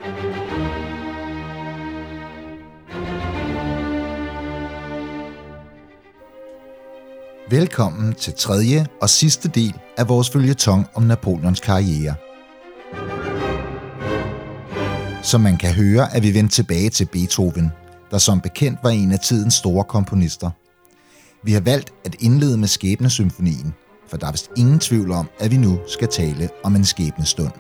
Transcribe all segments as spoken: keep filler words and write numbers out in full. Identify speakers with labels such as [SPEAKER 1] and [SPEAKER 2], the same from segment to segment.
[SPEAKER 1] Velkommen til tredje og sidste del af vores føljeton om Napoleons karriere. Som man kan høre, er vi vendt tilbage til Beethoven, der som bekendt var en af tidens store komponister. Vi har valgt at indlede med Skæbnesymfonien, for der er vist ingen tvivl om, at vi nu skal tale om en skæbnestund.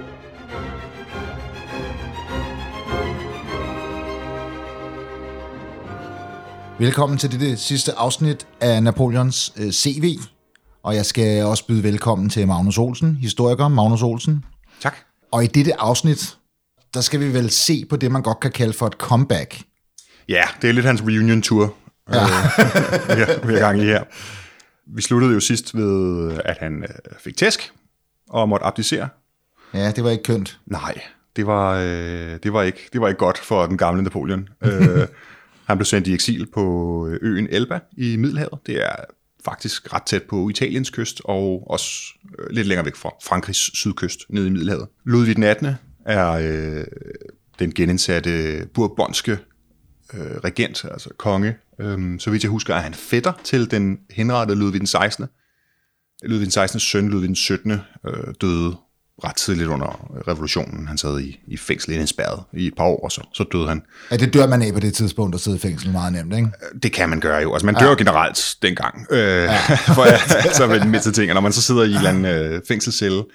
[SPEAKER 1] Velkommen til dette sidste afsnit af Napoleons øh, C V, og jeg skal også byde velkommen til Magnus Olsen, historiker Magnus Olsen.
[SPEAKER 2] Tak.
[SPEAKER 1] Og i dette afsnit, der skal vi vel se på det, man godt kan kalde for et comeback.
[SPEAKER 2] Ja, det er lidt hans reunion tour, ja. øh, vi er i gang i her. Vi sluttede jo sidst ved, at han øh, fik tæsk og måtte abdicere.
[SPEAKER 1] Ja, det var ikke kønt.
[SPEAKER 2] Nej, det var, øh, det var, ikke, det var ikke godt for den gamle Napoleon. øh, han blev sendt i eksil på øen Elba i Middelhavet. Det er faktisk ret tæt på Italiens kyst, og også øh, lidt længere væk fra Frankrigs sydkyst, nede i Middelhavet. Ludvig den attende er øh, den genindsatte bourbonske øh, regent, altså konge. Øhm, så vidt jeg husker, er han fætter til den henrettede Ludvig den sekstende. Ludvig den sekstende søn, Ludvig den syttende, øh, døde ret tidligt under revolutionen. Han sad i, i fængsel indespærret i et par år, og så, så døde han.
[SPEAKER 1] Ja, det dør man af på det tidspunkt, at sidde i fængsel meget nemt, ikke?
[SPEAKER 2] Det kan man gøre jo. Altså, man dør ja. generelt dengang. Øh, ja. for altså, med den mindste ting. Og når man så sidder i en eller anden øh, fængselscelle,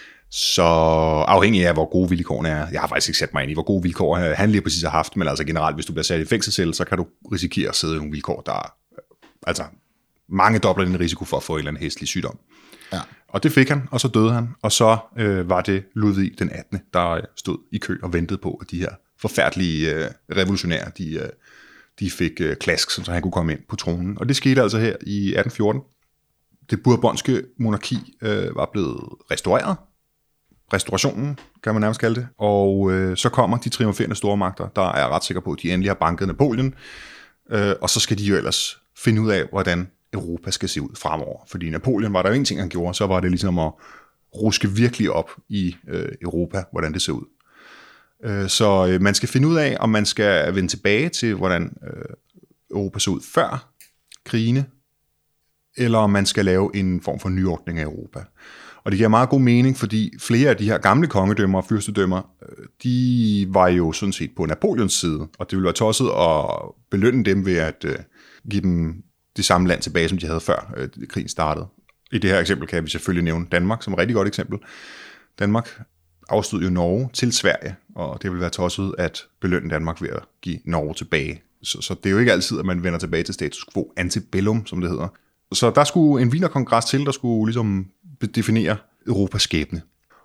[SPEAKER 2] så afhængig af, hvor gode vilkårene er. Jeg har faktisk ikke sat mig ind i, hvor gode vilkår han lige præcis har haft, men altså generelt, hvis du bliver sat i fængselscelle, så kan du risikere at sidde i nogle vilkår, der er altså mange dobler din risiko for at få en eller anden hæslig sygdom. Ja. Og det fik han, og så døde han, og så øh, var det Ludvig den attende, der stod i kø og ventede på, at de her forfærdelige øh, revolutionære, de, øh, de fik øh, klask, så han kunne komme ind på tronen. Og det skete altså her i atten fjorten. Det bourbonske monarki øh, var blevet restaureret. Restaurationen, kan man nærmest kalde det. Og øh, så kommer de triumferende stormagter, der er ret sikre på, at de endelig har banket Napoleon. Øh, og så skal de jo ellers finde ud af, hvordan Europa skal se ud fremover. Fordi Napoleon var der jo en ting, han gjorde, så var det ligesom at ruske virkelig op i øh, Europa, hvordan det ser ud. Øh, så øh, man skal finde ud af, om man skal vende tilbage til, hvordan øh, Europa så ud før krigene, eller om man skal lave en form for nyordning af Europa. Og det giver meget god mening, fordi flere af de her gamle kongedømmer og fyrstedømmer, de var jo sådan set på Napoleons side, og det ville være tosset at belønne dem ved at øh, give dem det samme land tilbage, som de havde før øh, krigen startede. I det her eksempel kan vi selvfølgelig nævne Danmark som et rigtig godt eksempel. Danmark afstod jo Norge til Sverige, og det ville være tosset at belønne Danmark ved at give Norge tilbage. Så, så det er jo ikke altid, at man vender tilbage til status quo antebellum, som det hedder. Så der skulle en Wienerkongres til, der skulle ligesom definere Europas skæbne.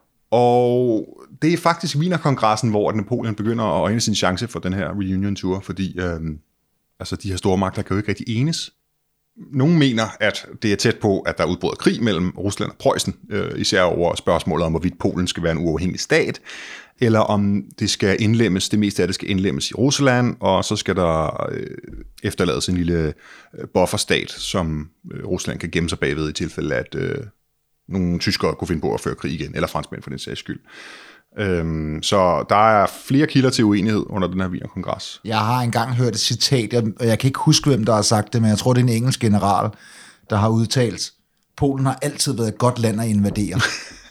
[SPEAKER 2] Og det er faktisk Wienerkongressen, hvor Napoleon begynder at øjne sin chance for den her reunion tour, fordi øh, altså de her store magter kan jo ikke rigtig enes. Nogle mener, at det er tæt på, at der er udbrudt krig mellem Rusland og Preussen, øh, især over spørgsmålet om, hvorvidt Polen skal være en uafhængig stat, eller om det skal indlemmes, det meste af det skal indlemmes i Rusland, og så skal der øh, efterlades en lille øh, bufferstat, som øh, Rusland kan gemme sig bagved i tilfælde, at øh, nogle tyskere kunne finde på at føre krig igen, eller franskmænd for den sags skyld. Øhm, så der er flere kilder til uenighed under den her Wienerkongres.
[SPEAKER 1] Jeg har engang hørt et citat, og jeg kan ikke huske, hvem der har sagt det, men jeg tror, det er en engelsk general, der har udtalt, Polen har altid været et godt land at invadere.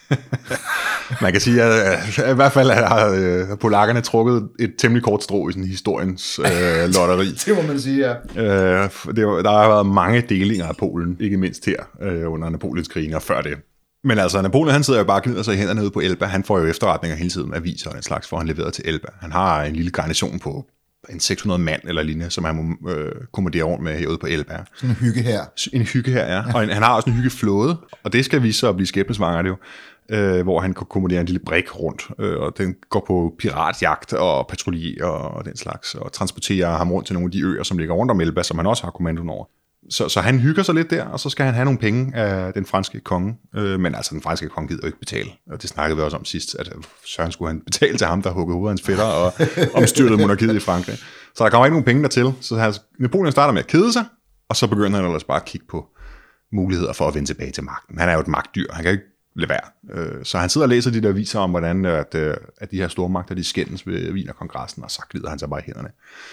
[SPEAKER 2] Man kan sige, at i hvert fald har polakkerne trukket et temmelig kort strå i sådan historiens øh, lotteri.
[SPEAKER 1] Det må man sige, ja.
[SPEAKER 2] Øh, det var, der har været mange delinger af Polen, ikke mindst her øh, under Napoleons krige og før det. Men altså, Napoleon, han sidder jo bare og gnider sig i hænderne ude på Elba. Han får jo efterretninger hele tiden, aviser og en slags, for han leveret til Elba. Han har en lille garnison på en seks hundrede mand eller lignende, som han må øh, kommandere rundt med herude på Elba.
[SPEAKER 1] Sådan en hygge her.
[SPEAKER 2] En hygge her, ja. ja. Og en, han har også en hyggeflåde, og det skal vise sig at blive skæbnesvanger, det jo. Øh, hvor han kan kommandere en lille brik rundt, øh, og den går på piratjagt og patruljer og den slags, og transporterer ham rundt til nogle af de øer, som ligger rundt om Elba, som han også har kommandoen over. Så, så han hygger sig lidt der, og så skal han have nogle penge af den franske konge. Øh, men altså, den franske konge gider jo ikke betale. Og det snakkede vi også om sidst, at Søren skulle han betale til ham, der huggede hovedet af hans fætter og omstyrtede monarkiet i Frankrig. Så der kommer ikke nogen penge dertil. Så han, Napoleon starter med at kede sig, og så begynder han ellers bare at kigge på muligheder for at vende tilbage til magten. Han er jo et magtdyr. Han kan ikke lade være. Så han sidder og læser de der aviser om, hvordan at, at de her store magter, de skændes ved Wienerkongressen, og så glider han sig bare i hænderne.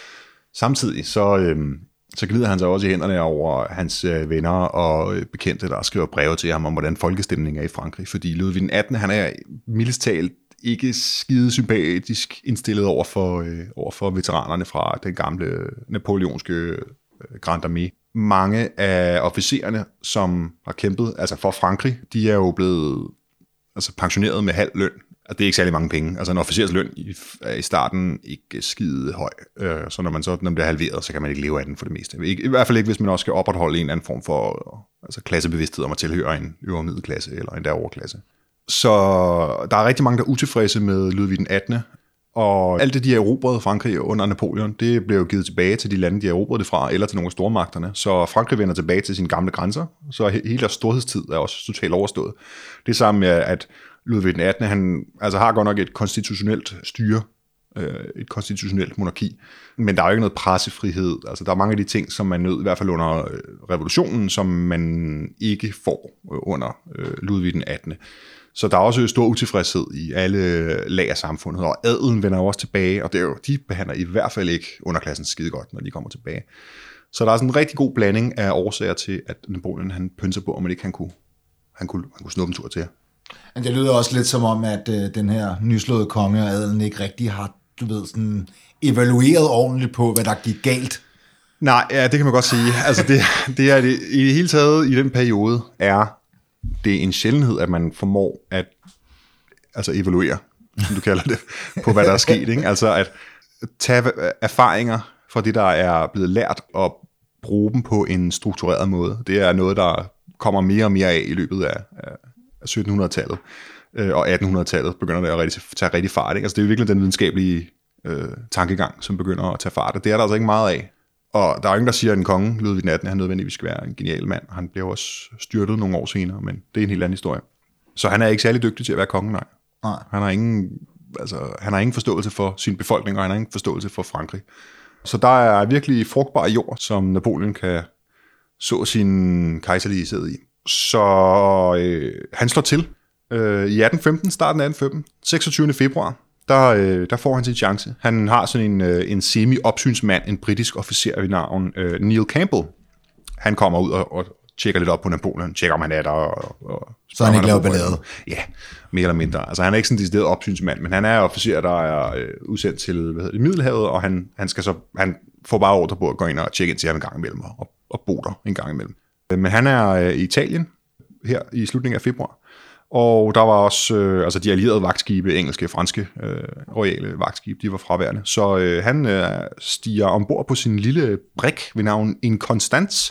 [SPEAKER 2] Samtidig så, øhm, så glider han sig også i hænderne over hans øh, venner og bekendte, der skriver breve til ham om, hvordan folkestemningen er i Frankrig, fordi Ludvig den attende, han er mildest talt ikke skide sympatisk indstillet over for, øh, over for veteranerne fra den gamle napoleonske øh, Grand Armée. Mange af officererne, som har kæmpet altså for Frankrig, de er jo blevet altså pensioneret med halv løn. Det er ikke særlig mange penge. Altså en officers løn i, er i starten ikke skide høj. Øh, så når man så når man bliver halveret, så kan man ikke leve af den for det meste. I, I hvert fald ikke, hvis man også skal opretholde en eller anden form for altså klassebevidsthed om at tilhøre en øvre middelklasse eller en der overklasse. Så der er rigtig mange, der er utilfredse med Ludvig den attende. Og alt det, de har erobret Frankrig under Napoleon, det blev jo givet tilbage til de lande, de har erobret det fra, eller til nogle af stormagterne. Så Frankrig vender tilbage til sine gamle grænser, så hele deres storhedstid er også totalt overstået. Det er sammen med, at Ludvig den attende, han altså har godt nok et konstitutionelt styre, øh, et konstitutionelt monarki, men der er jo ikke noget pressefrihed. Altså, der er mange af de ting, som man nød, i hvert fald under øh, revolutionen, som man ikke får øh, under øh, Ludvig den attende. Så der er også stor utilfredshed i alle lag af samfundet, og adelen vender også tilbage, og det er jo, de behandler i hvert fald ikke underklassen skide godt, når de kommer tilbage. Så der er sådan en rigtig god blanding af årsager til, at Napoleon han pønser på, om man ikke han kunne, han kunne, han kunne snuppe en tur til.
[SPEAKER 1] Men det lyder også lidt som om, at øh, den her nyslåede konge og adelen ikke rigtig har, du ved, sådan evalueret ordentligt på, hvad der gik galt.
[SPEAKER 2] Nej, ja, det kan man godt sige. Altså det, det er det, i det hele taget i den periode er det er en sjældenhed, at man formår at altså evaluere, som du kalder det, på hvad der er sket. Ikke? Altså at tage erfaringer fra det, der er blevet lært, og bruge dem på en struktureret måde. Det er noget, der kommer mere og mere af i løbet af, af syttenhundredetallet. Og attenhundredetallet begynder det at rigtig, tage rigtig fart. Ikke? Altså det er jo virkelig den videnskabelige øh, tankegang, som begynder at tage fart. Og det er der altså ikke meget af. Og der er ingen, der siger, at en konge, Ludvig den attende, han nødvendigvis skal være en genial mand. Han bliver også styrtet nogle år senere, men det er en helt anden historie. Så han er ikke særlig dygtig til at være konge, nej. nej. Han har ingen, altså, han har ingen forståelse for sin befolkning, og han har ingen forståelse for Frankrig. Så der er virkelig frugtbar jord, som Napoleon kan så sin kejserlige sæd i. Så øh, han slår til øh, i atten femten, starten af atten femten, seksogtyvende februar. Der, øh, der får han sin chance. Han har sådan en, øh, en semi-opsynsmand, en britisk officer ved navn øh, Neil Campbell. Han kommer ud og, og tjekker lidt op på Napoleon, tjekker om han er der. Og, og
[SPEAKER 1] så han ikke laver ballade?
[SPEAKER 2] Ja, mere eller mindre. Altså han er ikke sådan en decideret opsynsmand, men han er officer, der er øh, udsendt til hvad hedder det, Middelhavet, og han, han, skal så, han får bare ordre på at gå ind og tjekke ind til ham en gang imellem, og, og bo der en gang imellem. Men han er øh, i Italien her i slutningen af februar. Og der var også, øh, altså de allierede vagtskibe, engelske, franske, øh, royale vagtskibe, de var fraværende. Så øh, han øh, stiger ombord på sin lille brik ved navn Inconstance.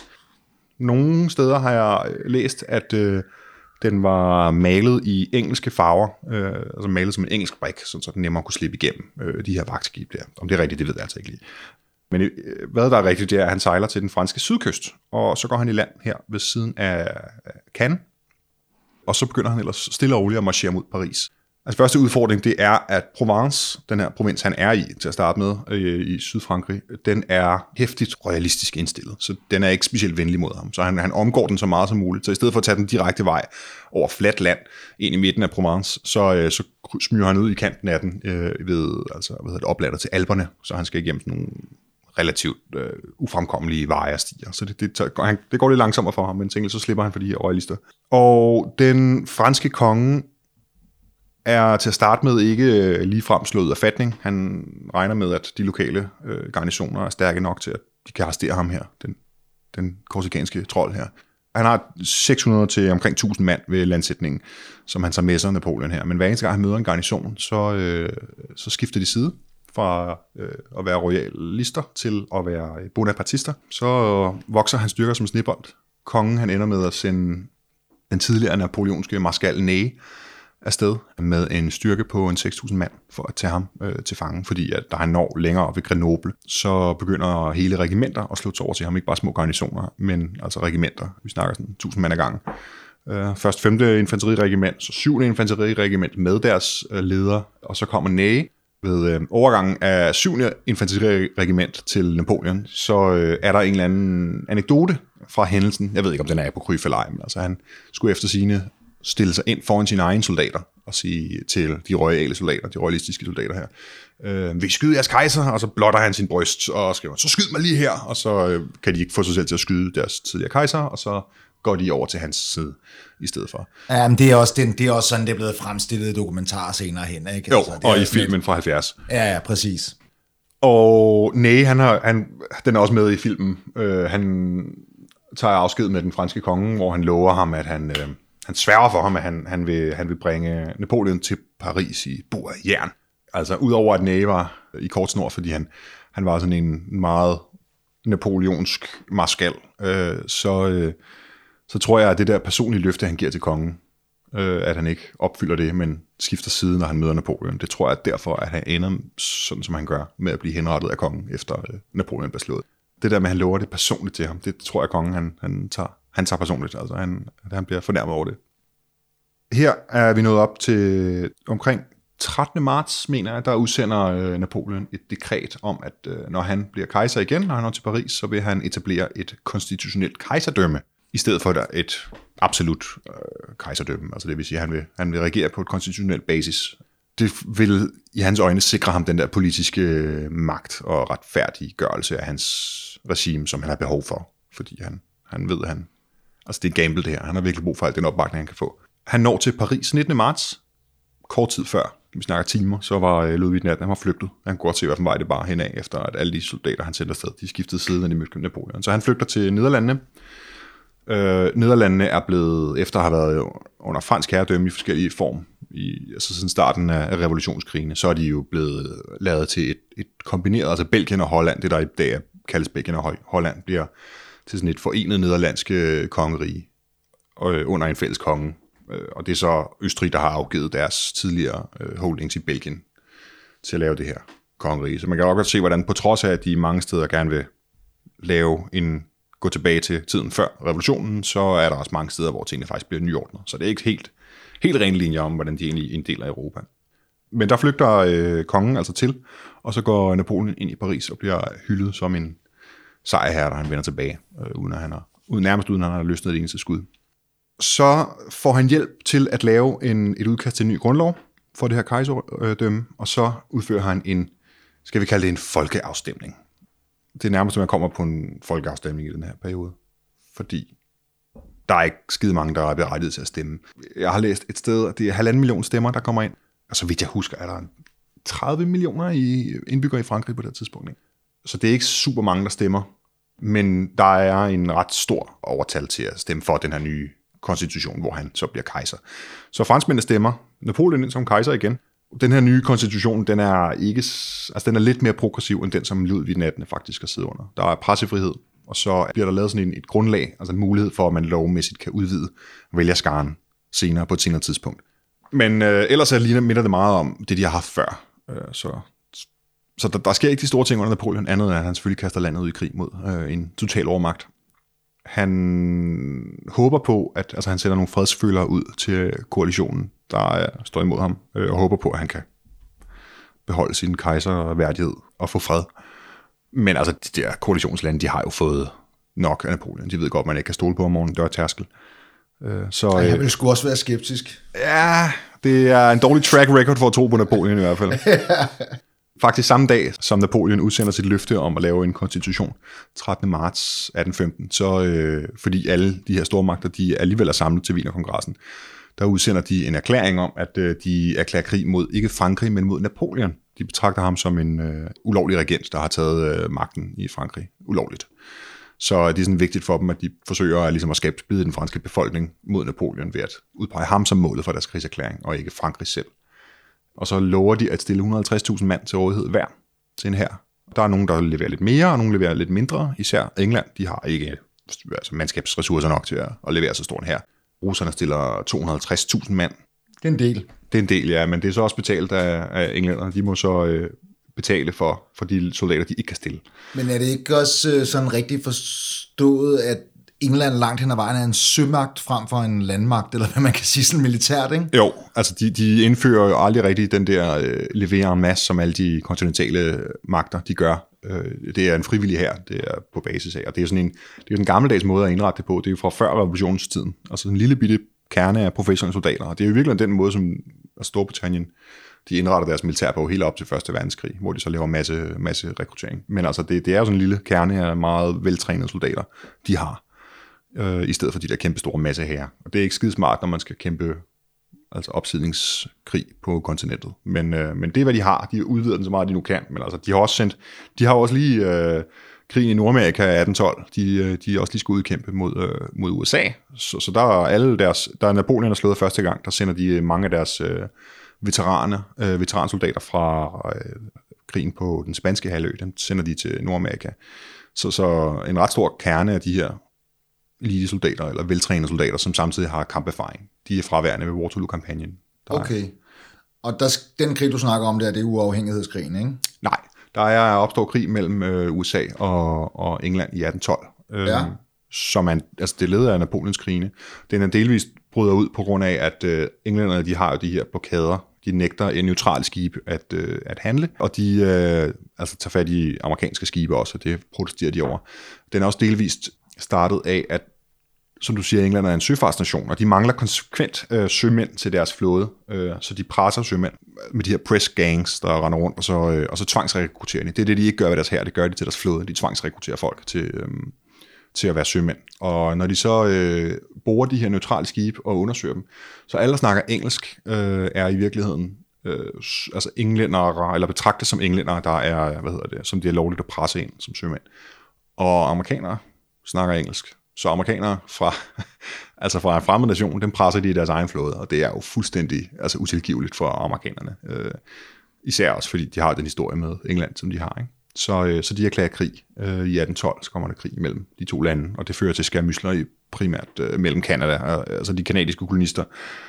[SPEAKER 2] Nogle steder har jeg læst, at øh, den var malet i engelske farver, øh, altså malet som en engelsk brik, så den nemmere kunne slippe igennem øh, de her vagtskibe der. Om det er rigtigt, det ved jeg altså ikke lige. Men øh, hvad der er rigtigt, det er, at han sejler til den franske sydkyst, og så går han i land her ved siden af Cannes. Og så begynder han ellers stille og roligt at marchere mod Paris. Altså første udfordring, det er, at Provence, den her provins, han er i til at starte med øh, i Sydfrankrig, den er hæftigt royalistisk indstillet, så den er ikke specielt venlig mod ham. Så han, han omgår den så meget som muligt. Så i stedet for at tage den direkte vej over fladt land ind i midten af Provence, så, øh, så smyger han ud i kanten af den øh, ved, altså, hvad hedder det, oplader til Alperne, så han skal igennem sådan nogle relativt øh, ufremkommelige veje og stier. Så det, det, han, det går lidt langsommere for ham, men tænker, så slipper han for de her royalister. Og den franske konge er til at starte med ikke ligefrem slået af fatning. Han regner med, at de lokale øh, garnisoner er stærke nok til, at de kan arrestere ham her, den, den korsikanske trold her. Han har seks hundrede til omkring tusind mand ved landsætningen, som han tager med sig Napoleon her. Men hver eneste gang han møder en garnison, så, øh, så skifter de side fra øh, at være royalister til at være bonapartister. Så øh, vokser han styrker som snebold. Kongen han ender med at sende den tidligere napoleonske marskal Ney afsted med en styrke på en seks tusind mand for at tage ham øh, til fange, fordi at da han når længere ved Grenoble, så begynder hele regimenter at slå over til ham, ikke bare små garnisoner, men altså regimenter. Vi snakker sådan tusind mand ad gangen. Øh, først femte infanteriregiment, så syvende infanteriregiment med deres øh, leder, og så kommer Ney. Ved øh, overgangen af syvende infanteriregiment til Napoleon, så øh, er der en eller anden anekdote fra hændelsen. Jeg ved ikke, om den er på kryf eller ej, men altså han skulle efter sigende stille sig ind foran sine egne soldater og sige til de royale soldater, de royalistiske soldater her, øh, vil I skyde jeres kejser? Og så blotter han sin bryst og skriver, så skyd mig lige her, og så øh, kan de ikke få sig selv til at skyde deres tidligere kejser, og så går de over til hans side i stedet for.
[SPEAKER 1] Ja, men det er også, den, det er også sådan, det er blevet fremstillet i dokumentarer senere hen, ikke?
[SPEAKER 2] Jo,
[SPEAKER 1] altså, det
[SPEAKER 2] og
[SPEAKER 1] er
[SPEAKER 2] i filmen lidt fra halvfjerds.
[SPEAKER 1] Ja, ja, præcis.
[SPEAKER 2] Og nej, han har, han, den er også med i filmen. Øh, han tager afsked med den franske konge, hvor han lover ham, at han, øh, han sværger for ham, at han, han, vil, han vil bringe Napoleon til Paris i bur af jern. Altså, udover at nej var i kort snor, fordi han, han var sådan en meget napoleonsk marskal, øh, så, øh, så tror jeg, at det der personlige løfte, han giver til kongen, øh, at han ikke opfylder det, men skifter side, når han møder Napoleon. Det tror jeg derfor, at han ender sådan, som han gør, med at blive henrettet af kongen, efter øh, Napoleon bliver slået. Det der med, at han lover det personligt til ham, det tror jeg, at kongen han, han, tager, han tager personligt. Altså, han, han bliver fornærmet over det. Her er vi nået op til omkring trettende marts, mener jeg, der udsender øh, Napoleon et dekret om, at øh, når han bliver kejser igen, når han når til Paris, så vil han etablere et konstitutionelt kejserdømme, i stedet for et absolut øh, kejserdømme. Altså det vil sige, at han vil, han vil regere på et konstitutionelt basis. Det vil i hans øjne sikre ham den der politiske magt og retfærdiggørelse af hans regime, som han har behov for. Fordi han, han ved, at han... Altså det er gamble det her. Han har virkelig brug for alt den opbakning, han kan få. Han når til Paris nittende marts. Kort tid før, vi snakker timer, så var Ludvig den attende. Han var flygtet. Han kunne godt se, hvilken vej det bare henad, efter at alle de soldater, han sendte afsted, de skiftede side, når de mødte Napoleon. Så han flygter til Nederlandene. Øh, Nederlandene er blevet, efter at have været under fransk herredømme i forskellige form, i, altså siden starten af revolutionskrigene, så er de jo blevet lavet til et, et kombineret, altså Belgien og Holland, det der i dag kaldes Belgien og Holland, bliver til sådan et forenet nederlandske kongerige øh, under en fælles konge. Øh, og det er så Østrig, der har afgivet deres tidligere øh, holdings i Belgien til at lave det her kongerige. Så man kan også godt se, hvordan på trods af, at de mange steder gerne vil lave en gå tilbage til tiden før revolutionen, så er der også mange steder, hvor tingene faktisk bliver nyordnet. Så det er ikke helt, helt ren linje om, hvordan de egentlig er en del af Europa. Men der flygter øh, kongen altså til, og så går Napoleon ind i Paris og bliver hyldet som en sejrherre, der han vender tilbage, øh, uden at han har, uden, nærmest uden at han har løsnet det eneste skud. Så får han hjælp til at lave en, et udkast til en ny grundlov for det her kejserdømme, og så udfører han en, skal vi kalde det en folkeafstemning. Det er nærmest, at man kommer på en folkeafstemning i den her periode. Fordi der er ikke skide mange, der er berettiget til at stemme. Jeg har læst et sted, at det er halvanden million stemmer, der kommer ind. Og så vidt jeg husker, er der tredive millioner i indbyggere i Frankrig på det tidspunkt. Så det er ikke super mange, der stemmer. Men der er en ret stor overtal til at stemme for den her nye konstitution, hvor han så bliver kejser. Så franskmændene stemmer Napoleon ind som kejser igen. Den her nye konstitution, den er ikke, altså den er lidt mere progressiv end den, som Ludvig den attende faktisk har siddet under. Der er pressefrihed, og så bliver der lavet sådan en, et grundlag, altså en mulighed for, at man lovmæssigt kan udvide vælgerskaren senere på et senere tidspunkt. Men øh, ellers er lige minder det meget om det, de har haft før. Øh, så så der, der sker ikke de store ting under Napoleon, andet end at han selvfølgelig kaster landet ud i krig mod øh, en total overmagt. Han håber på, at altså han sender nogle fredsfølere ud til koalitionen, der er, står imod ham, øh, og håber på, at han kan beholde sin kejserværdighed og få fred. Men altså, de der koalitionslande, de har jo fået nok af Napoleon. De ved godt, at man ikke kan stole på ham over en dørtærskel. Øh, så,
[SPEAKER 1] øh, jeg vil sgu også være skeptisk.
[SPEAKER 2] Ja, det er en dårlig track record for at tro på Napoleon i hvert fald. Faktisk samme dag, som Napoleon udsender sit løfte om at lave en konstitution, trettende marts atten femten, så øh, fordi alle de her stormagter, de alligevel er samlet til Wienerkongressen, der udsender de en erklæring om, at øh, de erklærer krig mod ikke Frankrig, men mod Napoleon. De betragter ham som en øh, ulovlig regent, der har taget øh, magten i Frankrig ulovligt. Så det er sådan vigtigt for dem, at de forsøger at, ligesom at skabe splid i den franske befolkning mod Napoleon ved at udpege ham som målet for deres krigserklæring, og ikke Frankrig selv. Og så lover de at stille et hundrede og halvtreds tusind mand til rådighed hver til en hær. Der er nogen, der leverer lidt mere, og nogen leverer lidt mindre. Især England, de har ikke altså mandskabsressourcer nok til at, at levere så stor en hær. Russerne stiller to hundrede og halvtreds tusind mand.
[SPEAKER 1] Det er en del.
[SPEAKER 2] Det er en del, ja, men det er så også betalt af, af englænderne. De må så øh, betale for, for de soldater, de ikke kan stille.
[SPEAKER 1] Men er det ikke også øh, sådan rigtig forstået, at England langt hen ad vejen er en sømagt frem for en landmagt, eller hvad man kan sige, sådan militært, ikke?
[SPEAKER 2] Jo, altså de, de indfører jo aldrig rigtig den der øh, leverer en masse, som alle de kontinentale magter, de gør. Øh, det er en frivillig hær, det er på basis af, og det er sådan en, det er en gammeldags måde at indrette det på, det er jo fra før revolutionstiden. Altså en lille bitte kerne af professionelle soldater, og det er jo virkelig den måde, som Storbritannien de indretter deres militær på helt op til første verdenskrig, hvor de så laver masse, masse rekruttering. Men altså, det, det er jo sådan en lille kerne af meget veltrænede soldater, de har, øh, i stedet for de der kæmpe store massehære. Og det er ikke skide smart, når man skal kæmpe altså opsidningskrig på kontinentet. Men, øh, men det er, hvad de har. De udvider den så meget, de nu kan. Men altså, de har også sendt, de har også lige øh, krigen i Nordamerika atten tolv. De, de er også lige skulle udkæmpe mod, øh, mod U S A. Så, så der er alle deres, der er Napoleon, der slået første gang, der sender de mange af deres øh, veteraner, øh, veteransoldater fra øh, krigen på den spanske halvø, dem sender de til Nordamerika. Så, så en ret stor kerne af de her elitesoldater, eller veltrænede soldater, som samtidig har kamperfaring, de er fraværende ved Waterloo-kampagnen.
[SPEAKER 1] Okay. Og der, den krig, du snakker om der, det er uafhængighedskrigen, ikke?
[SPEAKER 2] Nej, der er opstået krig mellem øh, U S A og, og England i atten tolv, øh, ja. som er, altså det leder af Napoleons krigene. Den er delvist bryder ud på grund af, at øh, englænderne, de har jo de her blokader, de nægter en neutral skibe at, øh, at handle, og de øh, altså tager fat i amerikanske skibe også, og det protesterer de over. Den er også delvist startet af, at som du siger, England er en søfartsnation, og de mangler konsekvent øh, sømænd til deres flåde, øh, så de presser sømænd med de her press gangs, der render rundt, og så, øh, og så tvangsrekrutterer de. Det er det, de ikke gør ved deres hær, det gør de til deres flåde. De tvangsrekrutterer folk til, øh, til at være sømænd. Og når de så øh, borer de her neutrale skibe og undersøger dem, så alle, der snakker engelsk, øh, er i virkeligheden øh, altså englændere, eller betragtet som englændere, der er, hvad hedder det, som det er lovligt at presse ind som sømænd. Og amerikanere snakker engelsk. Så amerikanere fra, altså fra en fremmed nation, den presser de i deres egen flåde, og det er jo fuldstændig altså utilgiveligt for amerikanerne. Øh, især også, fordi de har den historie med England, som de har. Ikke? Så, øh, så de erklærer krig. Øh, I atten tolv så kommer der krig mellem de to lande, og det fører til skærmysler i primært øh, mellem Canada, altså de kanadiske kolonister,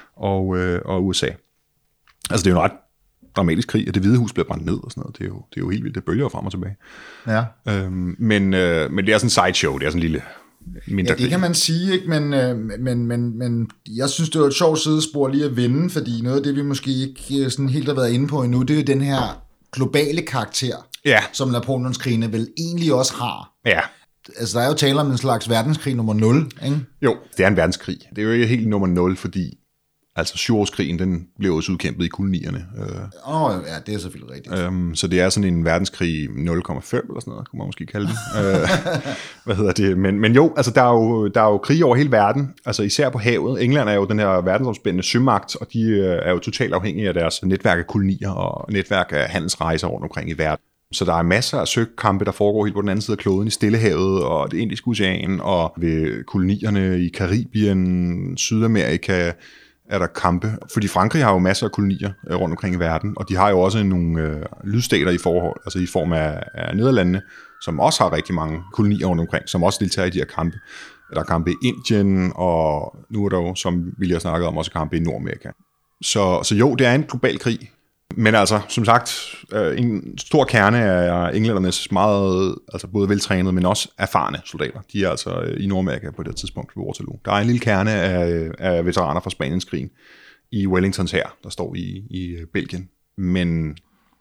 [SPEAKER 2] og, øh, og U S A. Altså det er jo en ret dramatisk krig, at Det Hvide Hus bliver brændt ned og sådan noget. Det er jo, det er jo helt vildt, det bølger frem og tilbage. Ja. Øhm, men, øh, men det er sådan en sideshow, det er sådan en lille mindre
[SPEAKER 1] ja, det kan man sige, ikke? Men, øh, men, men, men jeg synes, det var et sjovt sidespor lige at vende, fordi noget af det, vi måske ikke sådan helt har været inde på endnu, det er jo den her globale karakter,
[SPEAKER 2] ja.
[SPEAKER 1] som Napoleonskrigene vel egentlig også har.
[SPEAKER 2] Ja.
[SPEAKER 1] Altså, der er jo tale om en slags verdenskrig nummer nul, ikke?
[SPEAKER 2] Jo, det er en verdenskrig. Det er jo ikke helt nummer nul, fordi altså syvårskrigen, den blev også udkæmpet i kolonierne.
[SPEAKER 1] Åh, oh, ja, det er selvfølgelig rigtigt.
[SPEAKER 2] Øhm, så det er sådan en verdenskrig nul komma fem eller sådan noget, kunne man måske kalde det. øh, hvad hedder det? Men, men jo, altså der er jo, der er jo krig over hele verden, altså især på havet. England er jo den her verdensomspændende sømagt, og de er jo totalt afhængige af deres netværk af kolonier og netværk af handelsrejser rundt omkring i verden. Så der er masser af søkampe, der foregår helt på den anden side af kloden, i Stillehavet og det Indiske Ocean, og ved kolonierne i Karibien, Sydamerika, er der kampe, fordi Frankrig har jo masser af kolonier rundt omkring i verden, og de har jo også nogle øh, lydstater i forhold, altså i form af, af Nederlandene, som også har rigtig mange kolonier rundt omkring, som også deltager i de her kampe. Der er kampe i Indien, og nu er der jo, som vi lige har snakket om, også kampe i Nordamerika. Så, så jo, det er en global krig. Men altså, som sagt, en stor kerne af englændernes meget, altså både veltrænede, men også erfarne soldater. De er altså i Nordamerika på det tidspunkt ved Waterloo. Der er en lille kerne af, af veteraner fra Spanienskrigen i Wellingtons hær, der står i, i Belgien. Men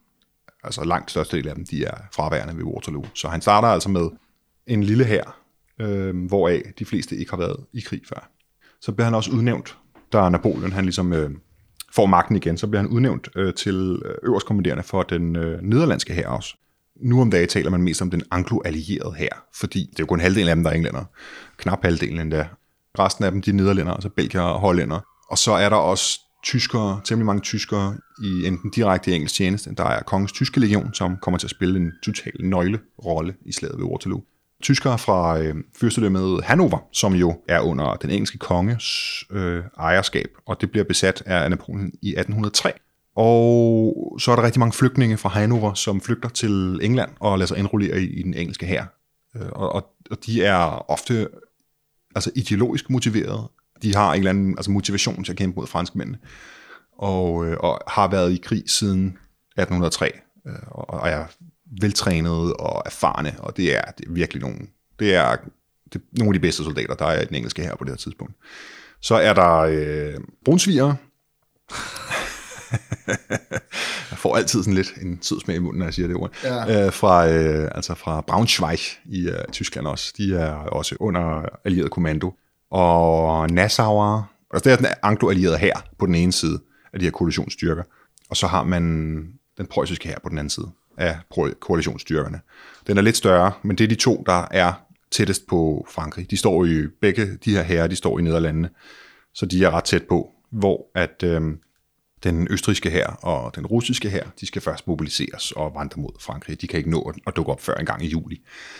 [SPEAKER 2] altså langt størstedel af dem, de er fraværende ved Waterloo. Så han starter altså med en lille hær, øh, hvoraf de fleste ikke har været i krig før. Så bliver han også udnævnt, da Napoleon han ligesom øh, får magten igen, så bliver han udnævnt øh, til øverstkommanderende for den øh, nederlandske hær også. Nu om dagen taler man mest om den anglo-allierede hær, fordi det er jo kun halvdelen af dem, der er englænder. Knap halvdelen endda. Resten af dem, de er nederlændere, altså belgier og hollænder. Og så er der også tyskere, temmelig mange tyskere i enten direkte i engelsk tjeneste. Der er Kongens Tyske Legion, som kommer til at spille en total nøglerolle i slaget ved Waterloo. Tyskere fra øh, fyrstedømmet Hannover, som jo er under den engelske konges øh, ejerskab, og det bliver besat af Napoleon i atten hundrede og tre. Og så er der rigtig mange flygtninge fra Hannover, som flygter til England og lader sig indrullere i, i den engelske hær. Øh, og, og, og de er ofte altså ideologisk motiverede. De har en eller anden altså motivation til at kæmpe mod franskmændene, og, øh, og har været i krig siden atten hundrede og tre, øh, og er veltrænede og erfarne, og det er, det er virkelig nogle, det er, det er nogle af de bedste soldater, der er i den engelske hær på det her tidspunkt. Så er der øh, brunsvigere. Jeg får altid sådan lidt en sød smag i munden, når jeg siger det ord. Ja. Øh, fra, øh, altså fra Braunschweig i øh, Tyskland også. De er også under allieret kommando. Og Nassauer, Altså det er den anglo-allierede hær på den ene side af de her koalitionsstyrker, og så har man den preussiske hær på den anden side af koalitionsstyrkerne. Den er lidt større, men det er de to, der er tættest på Frankrig. De står i begge de her hære, de står i Nederlandene, så de er ret tæt på, hvor at øh, den østrigske hær og den russiske hær, de skal først mobiliseres og vandre mod Frankrig. De kan ikke nå at dukke op før en gang i juli.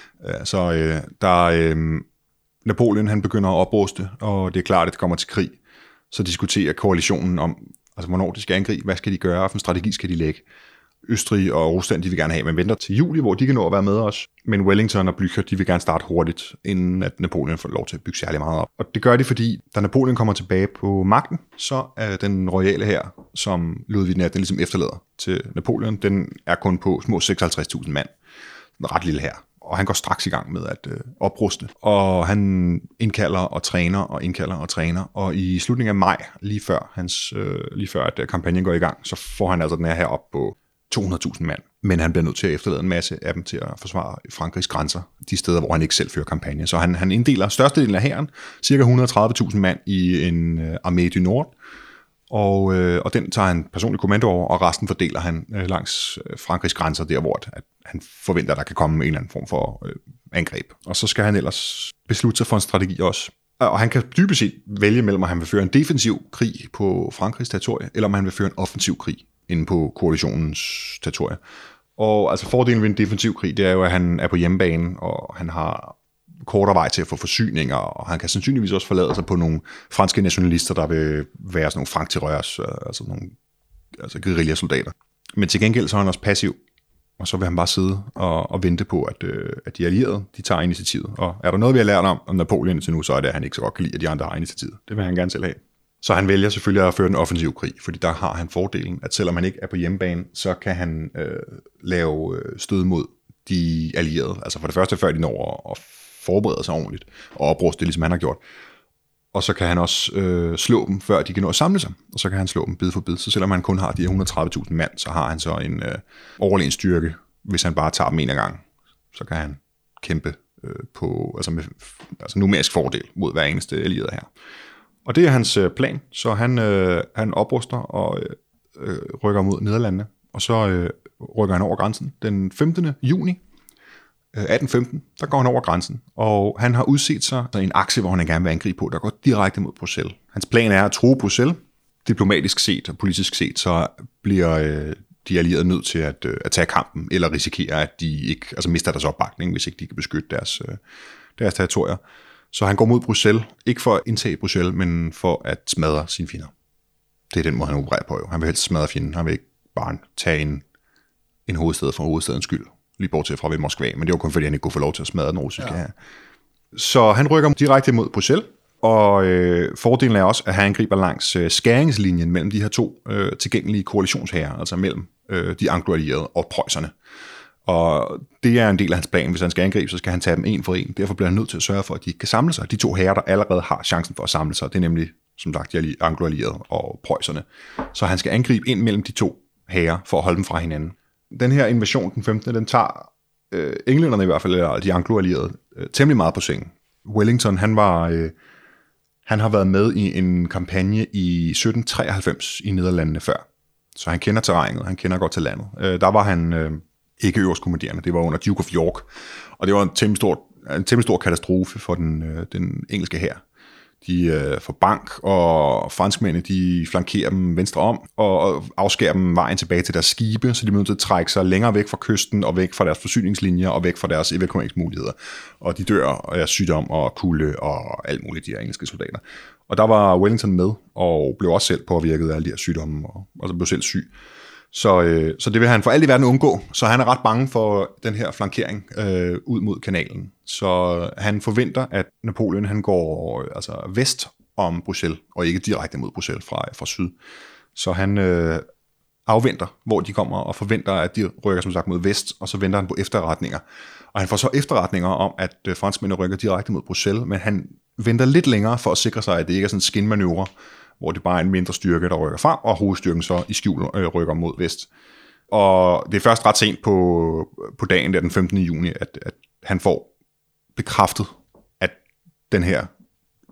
[SPEAKER 2] Så øh, der øh, Napoleon han begynder at opruste, og det er klart, at det kommer til krig. Så diskuterer koalitionen om, altså hvornår de skal angribe, hvad skal de gøre, og hvilken strategi skal de lægge. Østrig og Rusland, de vil gerne have, men venter til juli, hvor de kan nå at være med os. Men Wellington og Blücher, de vil gerne starte hurtigt, inden at Napoleon får lov til at bygge særlig meget op. Og det gør de, fordi da Napoleon kommer tilbage på magten, så er den royale hær, som Ludvig den attende ligesom efterlader til Napoleon, den er kun på små seksoghalvtreds tusind mand. En ret lille hær. Og han går straks i gang med at øh, opruste. Og han indkalder og træner og indkalder og træner. Og i slutningen af maj, lige før, hans, øh, lige før at kampagnen går i gang, så får han altså den her hær op på to hundrede tusind mand. Men han bliver nødt til at efterlade en masse af dem til at forsvare Frankrigs grænser, de steder, hvor han ikke selv fører kampagne. Så han, han inddeler størstedelen af hæren, cirka et hundrede og tredive tusind mand, i en øh, Armée du Nord. Og, øh, og den tager han personlig kommando over, og resten fordeler han øh, langs øh, Frankrigs grænser, der hvor at, at han forventer, at der kan komme en eller anden form for øh, angreb. Og så skal han ellers beslutte sig for en strategi også. Og han kan dybest set vælge mellem, at han vil føre en defensiv krig på Frankrigs territorie, eller om han vil føre en offensiv krig inde på koalitionens territorie. Og altså fordelen ved en defensiv krig, det er jo, at han er på hjemmebane, og han har kortere vej til at få forsyninger, og han kan sandsynligvis også forlade sig på nogle franske nationalister, der vil være sådan nogle franktirørs, altså nogle altså guerillasoldater. Men til gengæld så er han også passiv, og så vil han bare sidde og, og vente på, at, øh, at de allierede, de tager initiativet. Og er der noget, vi har lært om, om Napoleon til nu, så er det, at han ikke så godt kan lide, at de andre har initiativet. Det vil han gerne selv have. Så han vælger selvfølgelig at føre den offensive krig, fordi der har han fordelen, at selvom han ikke er på hjemmebane, så kan han øh, lave stød mod de allierede. Altså for det første, før de når at forberede sig ordentligt og opruste det, ligesom han har gjort. Og så kan han også øh, slå dem, før de kan nå at samle sig. Og så kan han slå dem bid for bid. Så selvom han kun har de et hundrede og tredive tusind mand, så har han så en øh, overlegen styrke. Hvis han bare tager dem en af gang, så kan han kæmpe øh, på, altså med altså numerisk fordel mod hver eneste allierede her. Og det er hans øh, plan. Så han, øh, han opruster og øh, rykker mod Nederlandene. Og så øh, rykker han over grænsen den femtende juni atten femten, der går han over grænsen, og han har udset sig en akse, hvor han gerne vil angribe på, der går direkte mod Bruxelles. Hans plan er at true Bruxelles. Diplomatisk set og politisk set, så bliver øh, de allierede nødt til at, øh, at tage kampen, eller risikere, at de ikke altså mister deres opbakning, hvis ikke de kan beskytte deres, øh, deres territorier. Så han går mod Bruxelles, ikke for at indtage Bruxelles, men for at smadre sine fjender. Det er den måde, han opererer på. Jo. Han vil helst smadre fjenden. Han vil ikke bare tage en, en hovedstad for hovedstadens skyld. Lige bortset fra ved Moskva, men det var kun fordi, han ikke kunne få lov til at smadre den russiske her. Ja. Så han rykker direkte mod Bruxelles, og øh, fordelen er også, at han angriber langs øh, skæringslinjen mellem de her to øh, tilgængelige koalitionshære, altså mellem øh, de anglo-allierede og preusserne. Og det er en del af hans plan. Hvis han skal angribe, så skal han tage dem en for en. Derfor bliver han nødt til at sørge for, at de kan samle sig. De to hære, der allerede har chancen for at samle sig, det er nemlig, som sagt, de anglo-allierede og preusserne. Så han skal angribe ind mellem de to hære for at holde dem fra hinanden. Den her invasion, den femtende, den tager øh, englænderne i hvert fald, eller de anglo-allierede, øh, temmelig meget på sengen. Wellington, han var, øh, han har været med i en kampagne i sytten treoghalvfems i Nederlandene før. Så han kender terrænet, han kender godt til landet. Øh, der var han øh, ikke øverstkommanderende, det var under Duke of York, og det var en temmelig stor, en temmelig stor katastrofe for den, øh, den engelske hær. De øh, får bank, og franskmændene, de flankerer dem venstre om, og afskærer dem vejen tilbage til deres skibe, så de er nødt til at trække sig længere væk fra kysten, og væk fra deres forsyningslinjer, og væk fra deres evakueringsmuligheder. Og de dør af sygdom og kulde, og alt muligt, de her engelske soldater. Og der var Wellington med, og blev også selv påvirket af alle de her sygdomme, og, og så blev selv syg. Så, øh, så det vil han for alt i verden undgå, så han er ret bange for den her flankering øh, ud mod kanalen. Så han forventer, at Napoleon han går altså vest om Bruxelles, og ikke direkte mod Bruxelles fra, fra syd. Så han øh, afventer, hvor de kommer, og forventer, at de rykker som sagt mod vest, og så venter han på efterretninger. Og han får så efterretninger om, at øh, franskmændene rykker direkte mod Bruxelles, men han venter lidt længere for at sikre sig, at det ikke er sådan en skinmanøvre, hvor det bare er en mindre styrke, der rykker frem, og hovedstyrken så i skjul øh, rykker mod vest. Og det er først ret sent på, på dagen, der den femtende juni, at, at han får bekræftet, at den her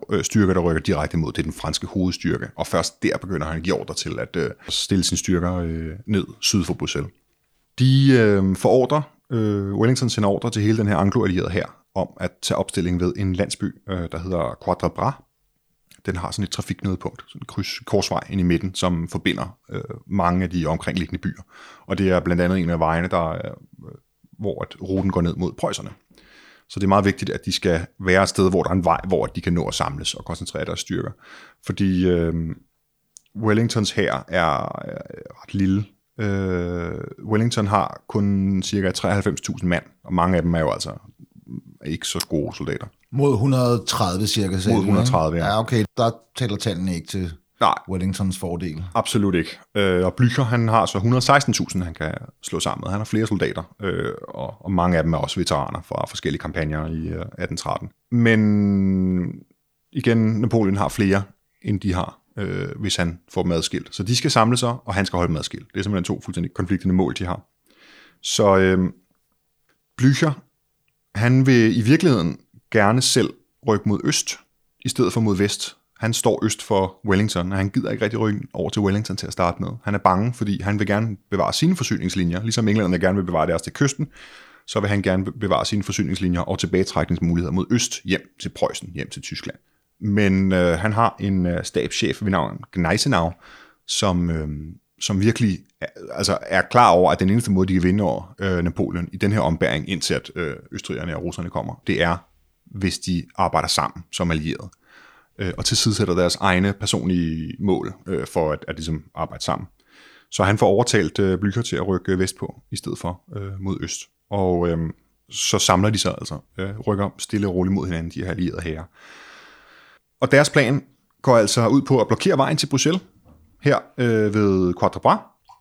[SPEAKER 2] øh, styrker, der rykker direkte mod, det er den franske hovedstyrke, og først der begynder han at give ordre til at øh, stille sine styrker øh, ned syd for Bruxelles. De øh, får ordre, øh, Wellington sender ordre til hele den her anglo-allierede hær, om at tage opstilling ved en landsby, øh, der hedder Quatre Bras. Den har sådan et trafikknudepunkt, sådan en kryds, korsvej ind i midten, som forbinder øh, mange af de omkringliggende byer. Og det er blandt andet en af vejene, der, øh, hvor at ruten går ned mod preusserne. Så det er meget vigtigt, at de skal være et sted, hvor der er en vej, hvor de kan nå at samles og koncentrere deres styrker. Fordi øh, Wellingtons hær er øh, ret lille. Øh, Wellington har kun cirka treoghalvfems tusind mand, og mange af dem er jo altså ikke så gode soldater.
[SPEAKER 1] Mod et hundrede og tredive cirka.
[SPEAKER 2] Mod et hundrede og tredive, ja.
[SPEAKER 1] Ja, okay. Der taler tallene ikke til Nej. Wellingtons fordel.
[SPEAKER 2] Absolut ikke. Øh, og Blücher, han har så et hundrede og seksten tusind, han kan slå sammen med. Han har flere soldater, øh, og, og mange af dem er også veteraner fra forskellige kampagner i øh, atten tretten. Men igen, Napoleon har flere, end de har, øh, hvis han får dem adskilt. Så de skal samle sig, og han skal holde dem adskilt. Det er simpelthen to fuldstændig konfliktende mål, de har. Så øh, Blücher, han vil i virkeligheden gerne selv rykke mod øst, i stedet for mod vest. Han står øst for Wellington, og han gider ikke rigtig rykke over til Wellington til at starte med. Han er bange, fordi han vil gerne bevare sine forsyningslinjer, ligesom englænderne gerne vil bevare deres til kysten, så vil han gerne bevare sine forsyningslinjer og tilbagetrækningsmuligheder mod øst, hjem til Preussen, hjem til Tyskland. Men øh, han har en øh, stabschef ved navn Gneisenau, som, øh, som virkelig er, altså er klar over, at den eneste måde, de kan vinde over øh, Napoleon i den her ombæring, indtil at øh, østrigerne og russerne kommer, det er, hvis de arbejder sammen som allierede, øh, og tilsidesætter deres egne personlige mål øh, for at, at ligesom arbejde sammen. Så han får overtalt øh, Blücher til at rykke vestpå, i stedet for øh, mod øst. Og øh, så samler de sig altså, øh, rykker stille og roligt mod hinanden, de her allierede hære. Og deres plan går altså ud på at blokere vejen til Bruxelles, her øh, ved Quatre Bras,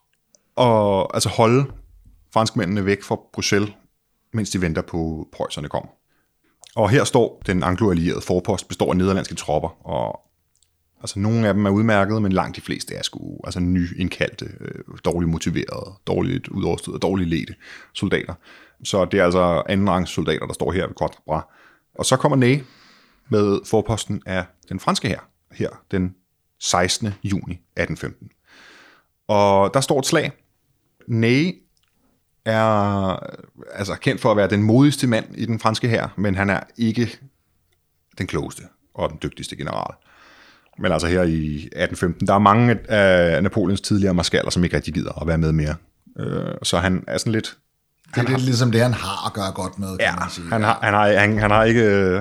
[SPEAKER 2] og altså holde franskmændene væk fra Bruxelles, mens de venter på preusserne kommer. Og her står den anglo-allierede forpost, består af nederlandske tropper, og altså nogle af dem er udmærket, men langt de fleste er sgu altså nyindkaldte, øh, dårligt motiverede, dårligt udrustede, dårligt ledte soldater. Så det er altså andenrangs soldater, der står her ved Quatre Bras. Og så kommer Ney med forposten af den franske hær, her den sekstende juni atten femten. Og der står et slag. Ney er altså kendt for at være den modigste mand i den franske hær, men han er ikke den klogeste og den dygtigste general. Men altså her i atten femten, der er mange af Napoleons tidligere marskaller, som ikke rigtig gider at være med mere. Så han er sådan lidt...
[SPEAKER 1] Det er lidt har, ligesom det, han har at gøre godt med, kan
[SPEAKER 2] ja,
[SPEAKER 1] man sige.
[SPEAKER 2] Han har, han, har, han, han har ikke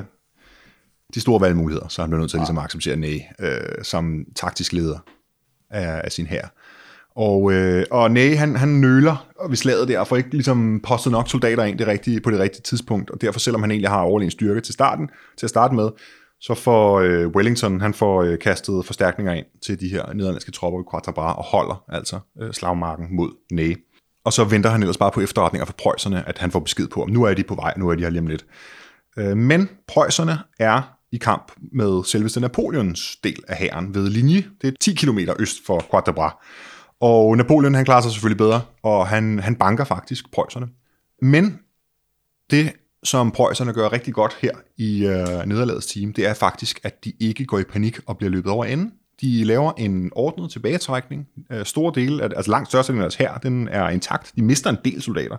[SPEAKER 2] de store valgmuligheder, så han bliver nødt til at ligesom acceptere Ney øh, som taktisk leder af, af sin hær. Og, øh, og Ney, han, han nøler ved slaget der, for ikke ligesom postet nok soldater ind det rigtige, på det rigtige tidspunkt, og derfor, selvom han egentlig har overlegen styrke til starten, til at starte med, så får øh, Wellington, han får øh, kastet forstærkninger ind til de her nederlandske tropper i Quatre Bras, og holder altså øh, slagmarken mod Ney. Og så venter han ellers bare på efterretninger fra preusserne, at han får besked på, om nu er de på vej, nu er de her lige om lidt. Øh, men preusserne er i kamp med selveste Napoleons del af hæren ved linje. Det er ti kilometer øst for Quatre Bras. Og Napoleon, han klarer sig selvfølgelig bedre, og han, han banker faktisk preusserne. Men det, som preusserne gør rigtig godt her i øh, nederlagets team, det er faktisk, at de ikke går i panik og bliver løbet over enden. De laver en ordnet tilbagetrækning. Øh, store dele, altså langt størstedelen af deres hær, den er intakt. De mister en del soldater,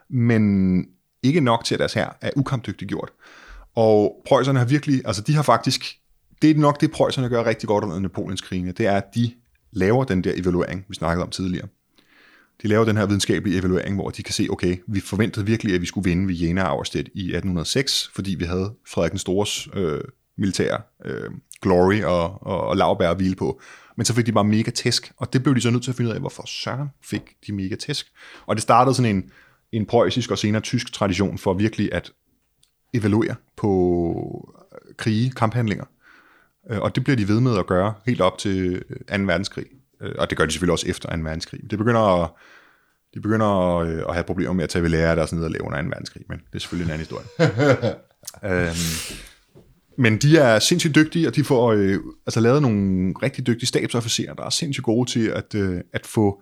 [SPEAKER 2] men ikke nok til, at deres hær er ukampdygtigt gjort. Og preusserne har virkelig, altså de har faktisk, det er nok det, preusserne gør rigtig godt under Napoleons krigene, det er, at de laver den der evaluering, vi snakkede om tidligere. De laver den her videnskabelige evaluering, hvor de kan se, okay, vi forventede virkelig, at vi skulle vinde ved Jena og Auerstedt i atten hundrede og seks, fordi vi havde Frederik den Stores øh, militære øh, glory og, og, og laurbær at hvile på. Men så fik de bare mega tæsk, og det blev de så nødt til at finde ud af, hvorfor søren fik de mega tæsk. Og det startede sådan en, en preussisk og senere tysk tradition for virkelig at evaluere på krige, kamphandlinger. Og det bliver de ved med at gøre helt op til anden verdenskrig. Og det gør de selvfølgelig også efter anden verdenskrig. Det begynder at, de begynder at have problemer med at tage ved lære af deres nederlag under anden verdenskrig, men det er selvfølgelig en anden historie. øhm, men de er sindssygt dygtige, og de får øh, altså lavet nogle rigtig dygtige stabsofficerer, der er sindssygt gode til at, øh, at få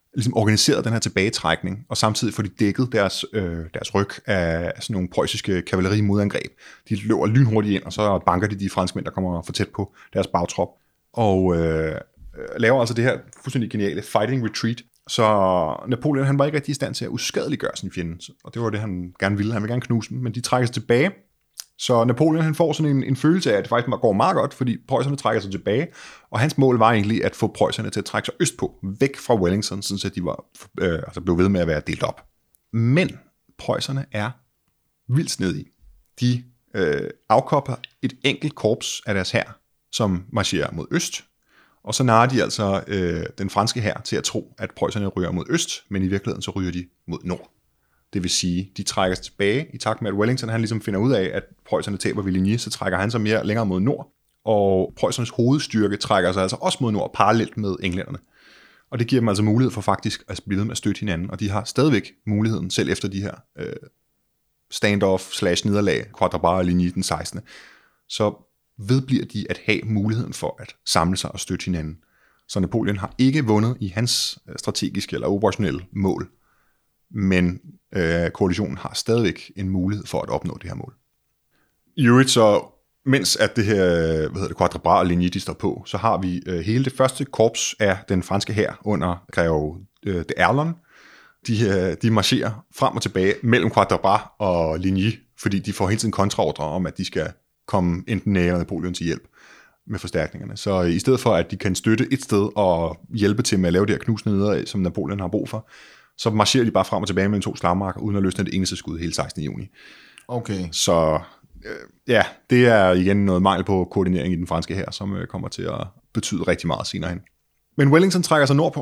[SPEAKER 2] ligesom organiseret den her tilbagetrækning, og samtidig får de dækket deres, øh, deres ryg af sådan nogle preussiske kavalerimodangreb. De løber lynhurtigt ind, og så banker de de franskmænd, der kommer for tæt på deres bagtrop, og øh, laver altså det her fuldstændig geniale fighting retreat. Så Napoleon, han var ikke rigtig i stand til at uskadeliggøre sin fjende, og det var det, han gerne ville. Han ville gerne knuse dem, men de trækker sig tilbage. Så Napoleon, han får sådan en, en følelse af, at det faktisk går meget godt, fordi preusserne trækker sig tilbage, og hans mål var egentlig at få preusserne til at trække sig østpå, væk fra Wellington, så de var, øh, altså blev ved med at være delt op. Men preusserne er vildt snedige. De øh, afkobler et enkelt korps af deres hær, som marcherer mod øst, og så narrer de altså øh, den franske hær til at tro, at preusserne ryger mod øst, men i virkeligheden så ryger de mod nord. Det vil sige, de trækker sig tilbage i takt med, at Wellington han ligesom finder ud af, at preusserne taber ved Ligny, så trækker han sig mere længere mod nord, og preussernes hovedstyrke trækker sig altså også mod nord, parallelt med englænderne. Og det giver dem altså mulighed for faktisk at blive ved med at støtte hinanden, og de har stadigvæk muligheden, selv efter de her øh, standoff slash nederlag, Quatre Bras og Ligny den sekstende Så vedbliver de at have muligheden for at samle sig og støtte hinanden. Så Napoleon har ikke vundet i hans strategiske eller operationelle mål, men øh, koalitionen har stadigvæk en mulighed for at opnå det her mål. I øvrigt så, mens at det her, hvad hedder det, Quatre Bras og Ligny, de står på, så har vi øh, hele det første korps af den franske hær under greve øh, de Erlon. De, øh, de marcherer frem og tilbage mellem Quatre Bras og Ligny, fordi de får hele tiden kontraordre om, at de skal komme enten Ney eller Napoleon til hjælp med forstærkningerne. Så i stedet for, at de kan støtte et sted og hjælpe til med at lave det her knusende nederlag, som Napoleon har brug for, så marcherer de bare frem og tilbage mellem to slagmarker, uden at løsne det eneste skud hele sekstende juni.
[SPEAKER 1] Okay.
[SPEAKER 2] Så øh, ja, det er igen noget mangel på koordinering i den franske hær, som øh, kommer til at betyde rigtig meget senere hen. Men Wellington trækker sig nordpå.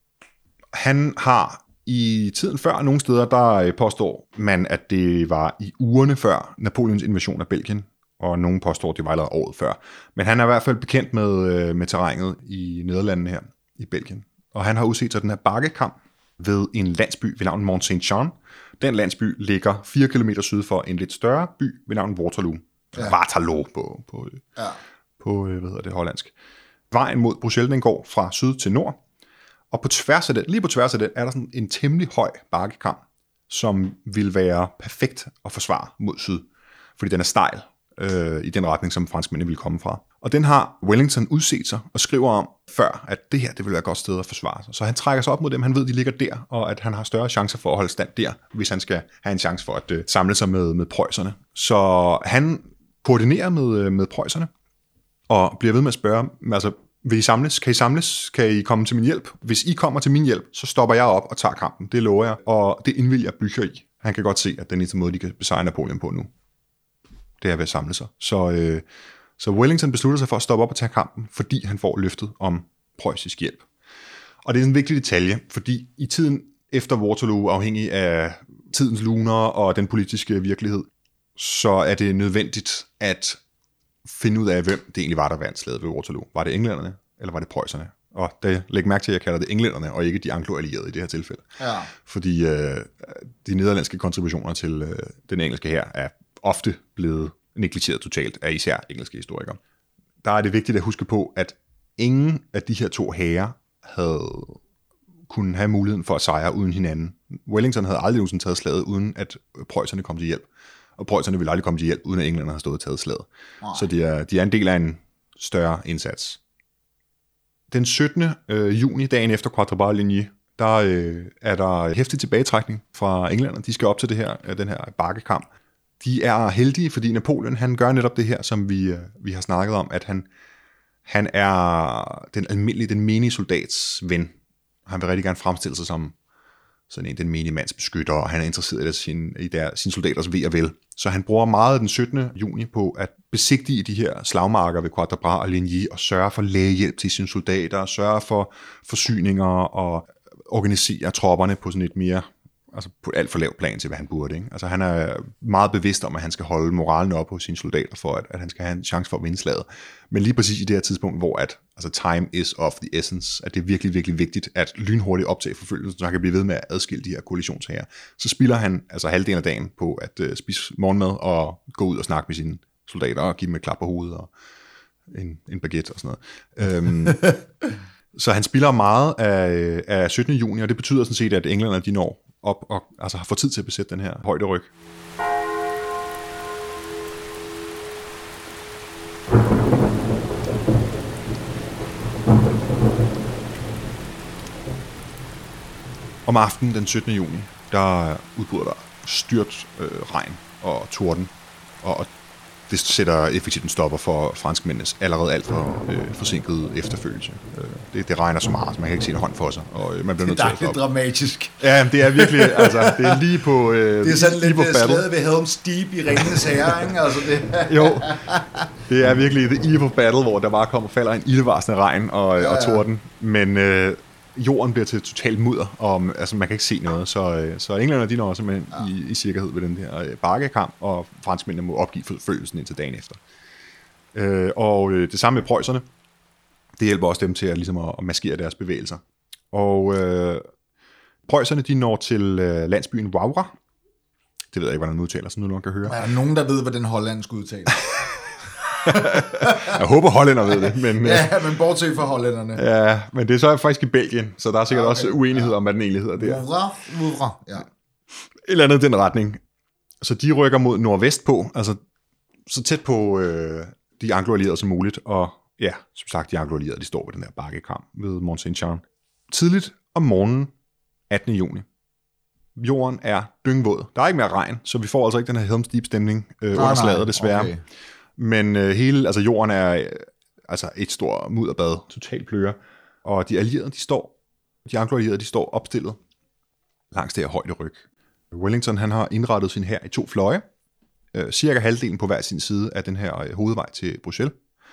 [SPEAKER 2] Han har i tiden før, nogle steder, der påstår man, at det var i ugerne før Napoleons invasion af Belgien, og nogen påstår, at det var allerede året før. Men han er i hvert fald bekendt med, med terrænet i Nederlandene her, i Belgien. Og han har udset sig den her bakkekamp ved en landsby ved navn Mont Saint-Jean. Den landsby ligger fire kilometer syd for en lidt større by ved navn Waterloo. Ja. Waterloo på, på, ja. på hvad hedder det, hollandsk. Vejen mod Bruxelles, den går fra syd til nord. Og på tværs af det, lige på tværs af det, er der sådan en temmelig høj bakkekamp, som vil være perfekt at forsvare mod syd. Fordi den er stejl øh, i den retning, som franskmændene ville komme fra. Og den har Wellington udset sig og skriver om før, at det her det vil være et godt sted at forsvare sig. Så han trækker sig op mod dem, han ved, de ligger der, og at han har større chancer for at holde stand der, hvis han skal have en chance for at øh, samle sig med, med preusserne. Så han koordinerer med, med preusserne, og bliver ved med at spørge, altså, vil I samles? Kan I samles? Kan I komme til min hjælp? Hvis I kommer til min hjælp, så stopper jeg op og tager kampen. Det lover jeg, og det indvilger Blücher i. Han kan godt se, at den eneste måde, de kan besejre Napoleon på nu, det er ved at samle sig. Så, øh, så Wellington beslutter sig for at stoppe op og tage kampen, fordi han får løftet om preussisk hjælp. Og det er en vigtig detalje, fordi i tiden efter Waterloo, afhængig af tidens luner og den politiske virkelighed, så er det nødvendigt at finde ud af, hvem det egentlig var, der vandt slaget ved Waterloo. Var det englænderne, eller var det preusserne? Og det, læg mærke til, at jeg kalder det englænderne, og ikke de anglo-allierede i det her tilfælde. Ja. Fordi øh, de nederlandske kontributioner til øh, den engelske hær er ofte blevet negligeret totalt af især engelske historikere. Der er det vigtigt at huske på, at ingen af de her to hære havde kunne have muligheden for at sejre uden hinanden. Wellington havde aldrig nogensinde taget slaget, uden at preusserne kom til hjælp. Og preusserne ville aldrig komme til hjælp, uden at englænderne havde stået og taget slaget. Nej. Så de er, de er en del af en større indsats. Den syttende juni, dagen efter Quatre Bras Ligny, der øh, er der heftig tilbagetrækning fra englænderne. De skal op til det her, den her bakkekamp. De er heldige, fordi Napoleon han gør netop det her, som vi, øh, vi har snakket om, at han, han er den almindelige, den menige soldats ven. Han vil rigtig gerne fremstille sig som sådan en, den menige mands beskytter, og han er interesseret i sin, i der, sine soldaters ve og vel. Så han bruger meget den syttende juni på at besigtige de her slagmarker ved Quatre Bras og Ligny, og sørge for lægehjælp til sine soldater, sørge for forsyninger og organisere tropperne på sådan et mere, altså på et alt for lavt plan til, hvad han burde. Ikke? Altså han er meget bevidst om, at han skal holde moralen op hos sine soldater, for at, at han skal have en chance for at vinde slaget. Men lige præcis i det her tidspunkt, hvor at, altså time is of the essence, at det er virkelig, virkelig vigtigt at lynhurtigt optage forfølgelsen, så han kan blive ved med at adskille de her koalitionsherrer, så spilder han altså halvdelen af dagen på at uh, spise morgenmad og gå ud og snakke med sine soldater og give dem et klap på hovedet og en, en baguette og sådan noget. Øhm, Så han spiller meget af, af syttende juni, og det betyder sådan set, at englænderne de når op og altså har fået tid til at besætte den her højderyg. Om aftenen den syttende juni, der udbryder der styrt øh, regn og torden, og det sætter effektivt en stopper for franskmændenes allerede alt for øh, forsinkede efterfølgelse. Øh, det, det regner så meget, så man kan ikke se en hånd for sig, og øh, man bliver nødt til at stoppe.
[SPEAKER 1] Det er dramatisk.
[SPEAKER 2] Ja, det er virkelig, altså, det er lige på øh,
[SPEAKER 1] det er sådan lidt slaget ved Helm's Deep i Ringenes Herre, ikke? Altså det.
[SPEAKER 2] Jo, det er virkelig the eve of battle, hvor der bare kommer falder en ildevarslende regn og, ja, ja. og torden, men øh, jorden bliver til totalt mudder, og altså, man kan ikke se noget, så, så englænderne de når simpelthen ja. i, i sikkerhed ved den her bakkekamp, og franskmændene må opgive forfølgelsen indtil dagen efter. Øh, og øh, det samme med preusserne, det hjælper også dem til at, ligesom at, at maskere deres bevægelser. Og øh, preusserne de når til øh, landsbyen Wavre. Det ved jeg ikke, hvordan man udtaler, så nu nogen kan høre.
[SPEAKER 1] Er der nogen, der ved, hvad den hollandsk udtaler?
[SPEAKER 2] Jeg håber hollænder ved det, men
[SPEAKER 1] ja, men bortset fra hollænderne.
[SPEAKER 2] Ja, men det er så faktisk i Belgien, så der er sikkert ja, okay. også uenighed om, hvad den egentlig hedder der.
[SPEAKER 1] Mouvra, Mouvra, ja. Et
[SPEAKER 2] eller andet den retning. Så de rykker mod nordvest på, altså så tæt på øh, de anglo-allierede som muligt, og ja, som sagt, de anglo-allierede, de står ved den her bakkekamp ved Mont Saint-Jean. Tidligt om morgenen, attende juni. Jorden er dyngvåd. Der er ikke mere regn, så vi får altså ikke den her Helm's Deep stemning øh, under slaget, desværre. Okay. Men øh, hele, altså jorden er øh, altså et stort mudderbad, totalt pløre, og de allierede, de står, de anglo-allierede, de står opstillet langs det her højderyg. Wellington, han har indrettet sin hær i to fløje, øh, cirka halvdelen på hver sin side af den her øh, hovedvej til Bruxelles.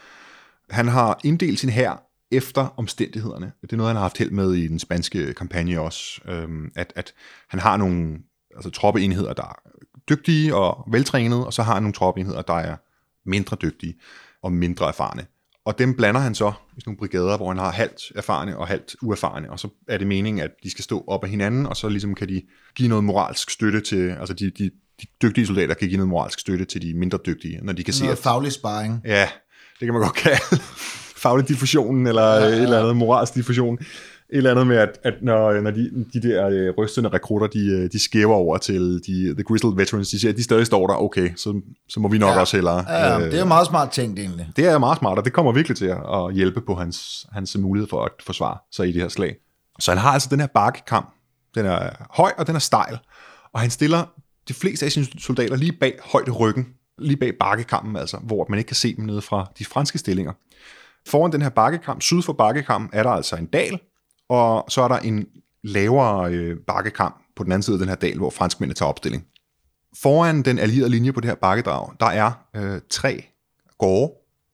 [SPEAKER 2] Han har inddelt sin hær efter omstændighederne. Det er noget, han har haft held med i den spanske kampagne også, øh, at, at han har nogle altså, troppeenheder, der er dygtige og veltrænede, og så har han nogle troppeenheder, der er mindre dygtige og mindre erfarne. Og dem blander han så i sådan nogle brigader, hvor han har halvt erfarne og halvt uerfarne, og så er det meningen, at de skal stå op ad hinanden, og så ligesom kan de give noget moralsk støtte til, altså de, de, de dygtige soldater kan give noget moralsk støtte til de mindre dygtige, når de kan se, at
[SPEAKER 1] faglig sparring.
[SPEAKER 2] Ja, det kan man godt kalde faglig diffusion, eller ja, ja. et eller andet moralsk diffusion. Et eller andet med, at, at når, når de, de der rystende rekrutter, de, de skæver over til de the grizzled veterans, de siger, at de stadig står der, okay, så, så må vi nok ja. også hellere.
[SPEAKER 1] Ja, øh, det er meget smart tænkt egentlig.
[SPEAKER 2] Det er meget smart, og det kommer virkelig til at hjælpe på hans, hans mulighed for at forsvare sig i det her slag. Så han har altså den her bakkekamp, den er høj, og den er stejl, og han stiller de fleste af sine soldater lige bag højderyggen, lige bag bakkekampen altså, hvor man ikke kan se dem nede fra de franske stillinger. Foran den her bakkekamp, syd for bakkekampen, er der altså en dal, og så er der en lavere øh, bakkekamp på den anden side af den her dal, hvor franskmændene tager opstilling. Foran den allierede linje på det her bakkedrag, der er øh, tre gårde.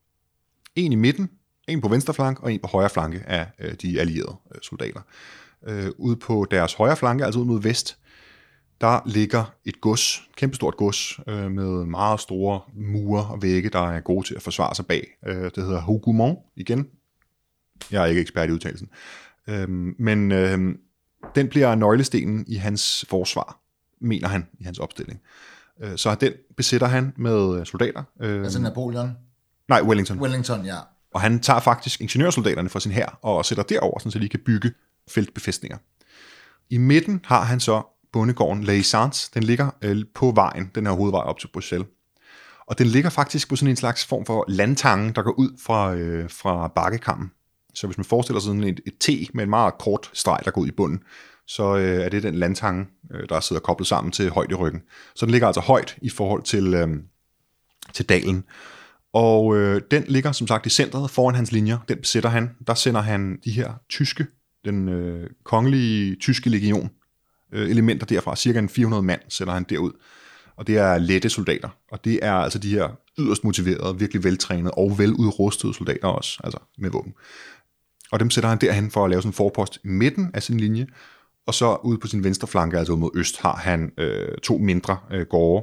[SPEAKER 2] En i midten, en på venstre flanke og en på højre flanke af øh, de allierede øh, soldater. Øh, ude på deres højre flanke, altså ud mod vest, der ligger et gods, kæmpestort gods, øh, med meget store mure og vægge, der er gode til at forsvare sig bag. Øh, det hedder Hougoumont igen. Jeg er ikke ekspert i udtalelsen. Øhm, men øhm, den bliver nøglestenen i hans forsvar, mener han i hans opstilling. Øh, så den besætter han med soldater. Øh,
[SPEAKER 1] altså Napoleon?
[SPEAKER 2] Nej, Wellington.
[SPEAKER 1] Wellington, ja.
[SPEAKER 2] Og han tager faktisk ingeniørsoldaterne fra sin hær og sætter derover, så de kan bygge feltbefæstninger. I midten har han så bondegården La Essence. Den ligger øh, på vejen, den her hovedvej op til Bruxelles. Og den ligger faktisk på sådan en slags form for landtange, der går ud fra, øh, fra bakkekampen. Så hvis man forestiller sig sådan et, et T med en meget kort streg, der går ud i bunden, så øh, er det den landtange, øh, der sidder koblet sammen til højderyggen. Så den ligger altså højt i forhold til, øh, til dalen. Og øh, den ligger som sagt i centret foran hans linjer. Den besætter han. Der sender han de her tyske, den øh, kongelige tyske legion, øh, elementer derfra. Cirka en fire hundrede mand sætter han derud. Og det er lette soldater. Og det er altså de her yderst motiverede, virkelig veltrænede og veludrustede soldater også, altså med våben. Og dem sætter han derhen for at lave sådan en forpost i midten af sin linje, og så ude på sin venstre flanke, altså ud mod øst, har han øh, to mindre øh, gårde.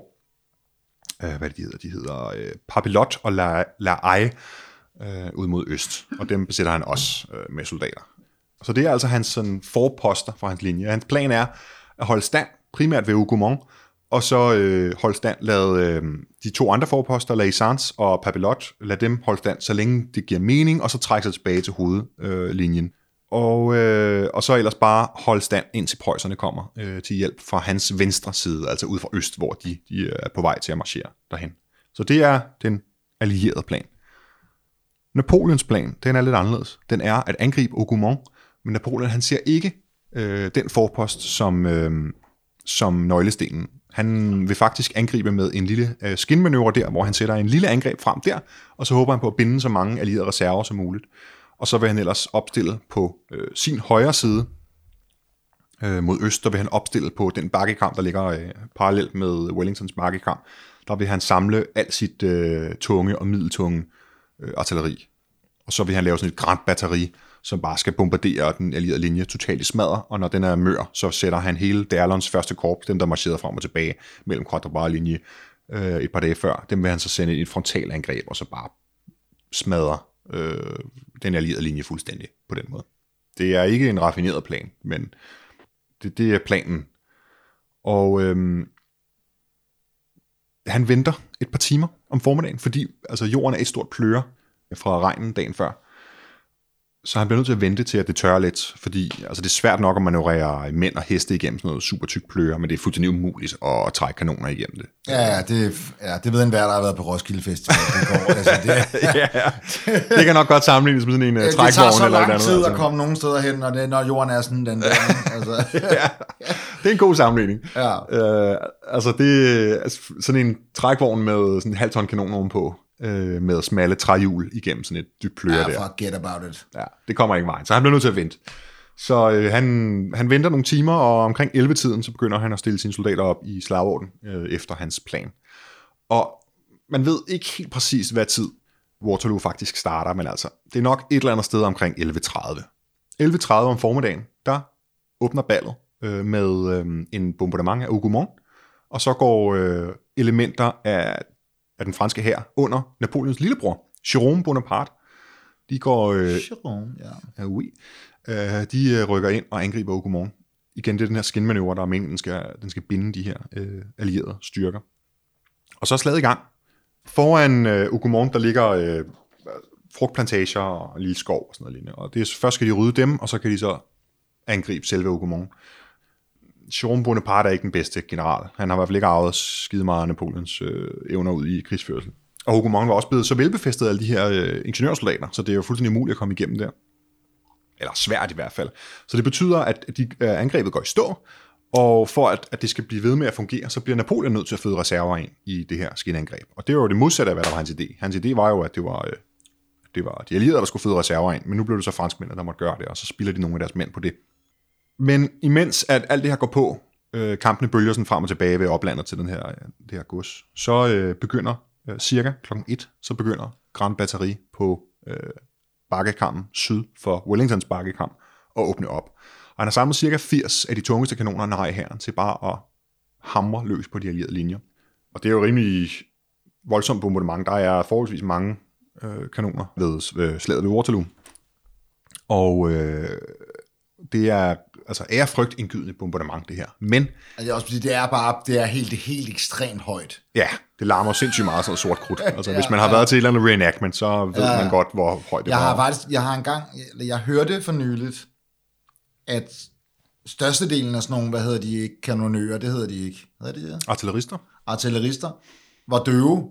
[SPEAKER 2] Øh, hvad de hedder? De hedder øh, Papillot og La, La Haye, øh, ud mod øst, og dem besætter han også øh, med soldater. Så det er altså hans sådan, forposter fra hans linje. Hans plan er at holde stand, primært ved Hougoumont, og så øh, holde stand, lade øh, de to andre forposter, La Essence og Papillot, lade dem holde stand, så længe det giver mening, og så trække sig tilbage til hovedlinjen. Og, øh, og så ellers bare holde stand, indtil preusserne kommer øh, til hjælp fra hans venstre side, altså ud fra øst, hvor de, de er på vej til at marchere derhen. Så det er den allierede plan. Napoleons plan, den er lidt anderledes. Den er at angribe Hougoumont, men Napoleon han ser ikke øh, den forpost som, øh, som nøglestenen. Han vil faktisk angribe med en lille øh, skinmanøvre der, hvor han sætter en lille angreb frem der, og så håber han på at binde så mange allierede reserver som muligt. Og så vil han ellers opstille på øh, sin højre side øh, mod øst, der vil han opstille på den bakkekamp, der ligger øh, parallelt med Wellingtons bakkekamp. Der vil han samle alt sit øh, tunge og middeltunge øh, artilleri. Og så vil han lave sådan et grand batteri, som bare skal bombardere den allierede linje totalt i smadre, og når den er mør, så sætter han hele D'Erlons første korps, dem der marcherede frem og tilbage mellem Quatre-Bras-linje øh, et par dage før, dem vil han så sende i et frontalangreb, og så bare smadre øh, den allierede linje fuldstændig på den måde. Det er ikke en raffineret plan, men det, det er planen. Og øh, han venter et par timer om formiddagen, fordi altså, jorden er et stort pløre fra regnen dagen før. Så han bliver nødt til at vente til, at det tørrer lidt, fordi altså, det er svært nok at manøvrere mænd og heste igennem sådan noget super tyk pløre, men det er fuldstændig umuligt at trække kanoner igennem det.
[SPEAKER 1] Ja, det, ja, det ved enhver, der har været på Roskilde Festival. Det, går, altså, det,
[SPEAKER 2] ja, det kan nok godt sammenlignes med sådan en ja, trækvogn.
[SPEAKER 1] Det tager så
[SPEAKER 2] eller
[SPEAKER 1] lang
[SPEAKER 2] andet,
[SPEAKER 1] tid
[SPEAKER 2] altså.
[SPEAKER 1] At komme nogen steder hen, når, det, når jorden er sådan den der. Altså.
[SPEAKER 2] Ja, det er en god sammenligning.
[SPEAKER 1] Ja.
[SPEAKER 2] Uh, altså, det er sådan en trækvogn med sådan en halv ton kanon ovenpå, med smalle træhjul igennem sådan et dybt pløre der.
[SPEAKER 1] Ja, forget about it.
[SPEAKER 2] Ja, det kommer ikke vejen, så han bliver nødt til at vente. Så øh, han, han venter nogle timer, og omkring elleve-tiden, så begynder han at stille sine soldater op i slagorden øh, efter hans plan. Og man ved ikke helt præcis, hvad tid Waterloo faktisk starter, men altså, det er nok et eller andet sted omkring elleve tredive. elleve tredive om formiddagen, der åbner ballet øh, med øh, en bombardement af Hougoumont, og så går øh, elementer af af den franske hær under Napoleons lillebror, Jérôme Bonaparte. De går... Øh,
[SPEAKER 1] Jérôme, ja.
[SPEAKER 2] Øh, oui, øh, de øh, rykker ind og angriber Hougoumont. Igen, det er den her skinmanøvre, der er meningen, den skal, den skal binde de her øh, allierede styrker. Og så er slaget i gang. Foran øh, Hougoumont, der ligger øh, frugtplantager og en lille skov og sådan noget lignende. Og det er, først skal de rydde dem, og så kan de så angribe selve Hougoumont. Jérôme Bonaparte er ikke den bedste general. Han har i hvert fald ikke arvet skide meget af Napoleons øh, evner ud i krigsførsel. Og Hougoumont var også blevet så velbefæstet af alle de her øh, ingeniørsoldater, så det er jo fuldstændig umuligt at komme igennem der. Eller svært i hvert fald. Så det betyder, at de, øh, angrebet går i stå, og for at, at det skal blive ved med at fungere, så bliver Napoleon nødt til at føde reserver ind i det her skinangreb. Og det var jo det modsatte af, hvad der var hans idé. Hans idé var jo, at det var, øh, det var de allierede, der skulle føde reserver ind, men nu blev det så franskmændene, der måtte gøre det, og så spilder de nogle af deres mænd på det. Men imens at alt det her går på, øh, kampene bølger sådan frem og tilbage ved oplandet til den her, det her gods, så øh, begynder øh, cirka klokken et, så begynder Grand Batteri på øh, bakkekampen syd for Wellingtons bakkekamp at åbne op. Og han har samlet cirka firs af de tungeste kanoner i hæren til bare at hamre løs på de allierede linjer. Og det er jo rimelig voldsomt bombardement. Der er forholdsvis mange øh, kanoner ved øh, slaget ved Waterloo. Og øh, det er altså ærefrygt indgydende bombardement, det her. Men
[SPEAKER 1] altså, også fordi det er bare det er helt, helt ekstremt højt.
[SPEAKER 2] Ja, det larmer sindssygt meget sådan sort krudt. Altså, ja, hvis man har
[SPEAKER 1] ja.
[SPEAKER 2] været til et eller andet reenactment, så ved ja. man godt, hvor højt det
[SPEAKER 1] jeg
[SPEAKER 2] var.
[SPEAKER 1] Har faktisk, jeg har engang, jeg, jeg hørte for nyligt, at størstedelen af sådan nogle, hvad hedder de ikke, kanonører, det hedder de ikke. Hvad hedder de det?
[SPEAKER 2] Artillerister.
[SPEAKER 1] Artillerister var døve.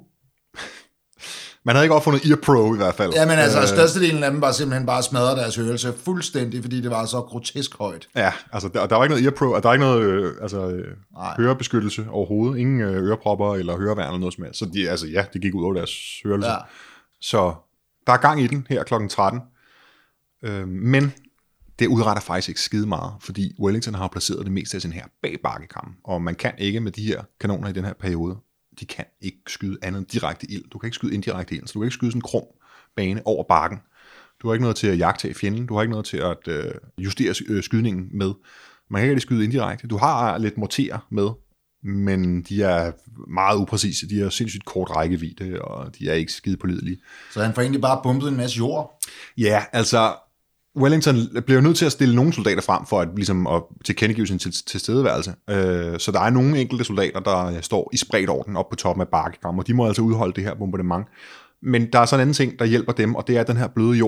[SPEAKER 2] Man havde ikke opfundet Ear Pro i hvert fald.
[SPEAKER 1] Ja, men altså, øh, størstedelen af dem var simpelthen bare smadret deres hørelse fuldstændig, fordi det var så grotesk højt.
[SPEAKER 2] Ja, altså, der, der var ikke noget Ear Pro, og der var ikke noget øh, altså, øh, hørebeskyttelse overhovedet. Ingen øh, ørepropper eller høreværn eller noget som helst. Så de, altså, ja, det gik ud over deres hørelse. Ja. Så der er gang i den her klokken tretten. Øh, men det udretter faktisk ikke skide meget, fordi Wellington har placeret det meste af sin her bag bakkekampen, og man kan ikke med de her kanoner i den her periode. De kan ikke skyde andet end direkte ild. Du kan ikke skyde indirekte ild, så du kan ikke skyde sådan en krum bane over bakken. Du har ikke noget til at jagtage fjenden, du har ikke noget til at øh, justere øh, skydningen med. Man kan ikke skyde indirekte. Du har lidt morterer med, men de er meget upræcise. De har sindssygt kort rækkevidde, og de er ikke skide pålidelige.
[SPEAKER 1] Så han får egentlig bare bumpet en masse jord?
[SPEAKER 2] Ja, altså Wellington bliver nødt til at stille nogle soldater frem for at, ligesom, at tilkendegive sin tilstedeværelse. Øh, så der er nogle enkelte soldater, der står i spredt orden op på toppen af bakkekampen, og de må altså udholde det her bombardement. Men der er så en anden ting, der hjælper dem, og det er den her bløde jord.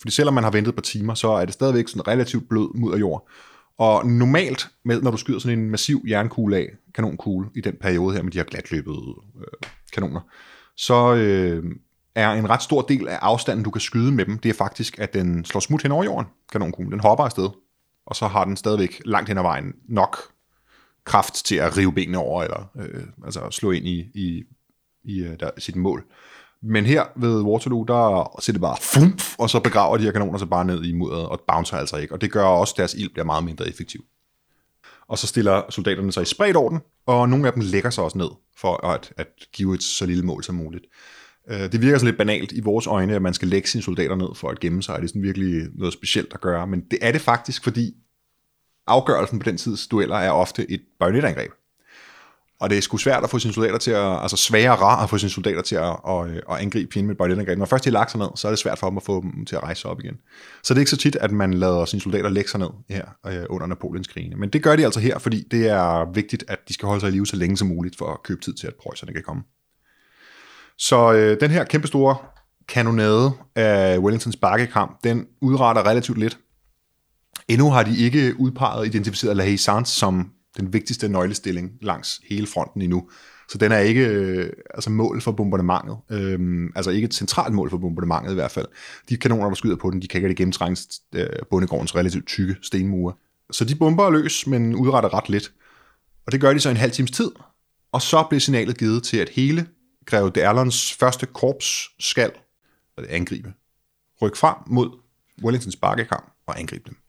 [SPEAKER 2] Fordi selvom man har ventet på timer, så er det stadigvæk sådan relativt blød mudderjord. Og normalt, med, når du skyder sådan en massiv jernkugle af, kanonkugle, i den periode her med de her glatløbede øh, kanoner, så øh, er en ret stor del af afstanden, du kan skyde med dem, det er faktisk, at den slår smut hen over jorden, kanonkuglen. Den hopper afsted, og så har den stadigvæk langt hen ad vejen nok kraft til at rive benene over, eller øh, altså slå ind i, i, i der, sit mål. Men her ved Waterloo, der ser det bare fumf, og så begraver de her kanoner sig bare ned i mudderet, og bouncer altså ikke. Og det gør også, at deres ild bliver meget mindre effektiv. Og så stiller soldaterne sig i spredt orden, og nogle af dem lægger sig også ned, for at, at give et så lille mål som muligt. Det virker sådan lidt banalt i vores øjne, at man skal lægge sine soldater ned for at gemme sig. Det er sådan virkelig noget specielt at gøre, men det er det faktisk, fordi afgørelsen på den tids dueller er ofte et bajonetangreb. Og det er sgu svært at få sine soldater til at, altså sværere at få sine soldater til at, at, at angribe fjenden med et bajonetangreb. Når først de er lagt sig ned, så er det svært for dem at få dem til at rejse sig op igen. Så det er ikke så tit, at man lader sine soldater lægge sig ned her under Napoleonskrigene. Men det gør de altså her, fordi det er vigtigt, at de skal holde sig i live så længe som muligt for at købe tid til, at preusserne kan komme. Så øh, den her kæmpestore kanonade af Wellingtons bakkekamp, den udretter relativt lidt. Endnu har de ikke udpeget og identificeret La Haye-Sainte som den vigtigste nøglestilling langs hele fronten endnu. Så den er ikke øh, altså mål for bombardementet. Øhm, altså ikke et centralt mål for bombardementet i hvert fald. De kanoner, der skyder på den, de kan ikke gennemtrænge øh, bondegårdens relativt tykke stenmure. Så de bomber løs, men udretter ret lidt. Og det gør de så en halv times tid. Og så bliver signalet givet til, at hele Greve d'Erlons første korps skal angribe. Ryk frem mod Wellingtons bakkekamp og angribe dem.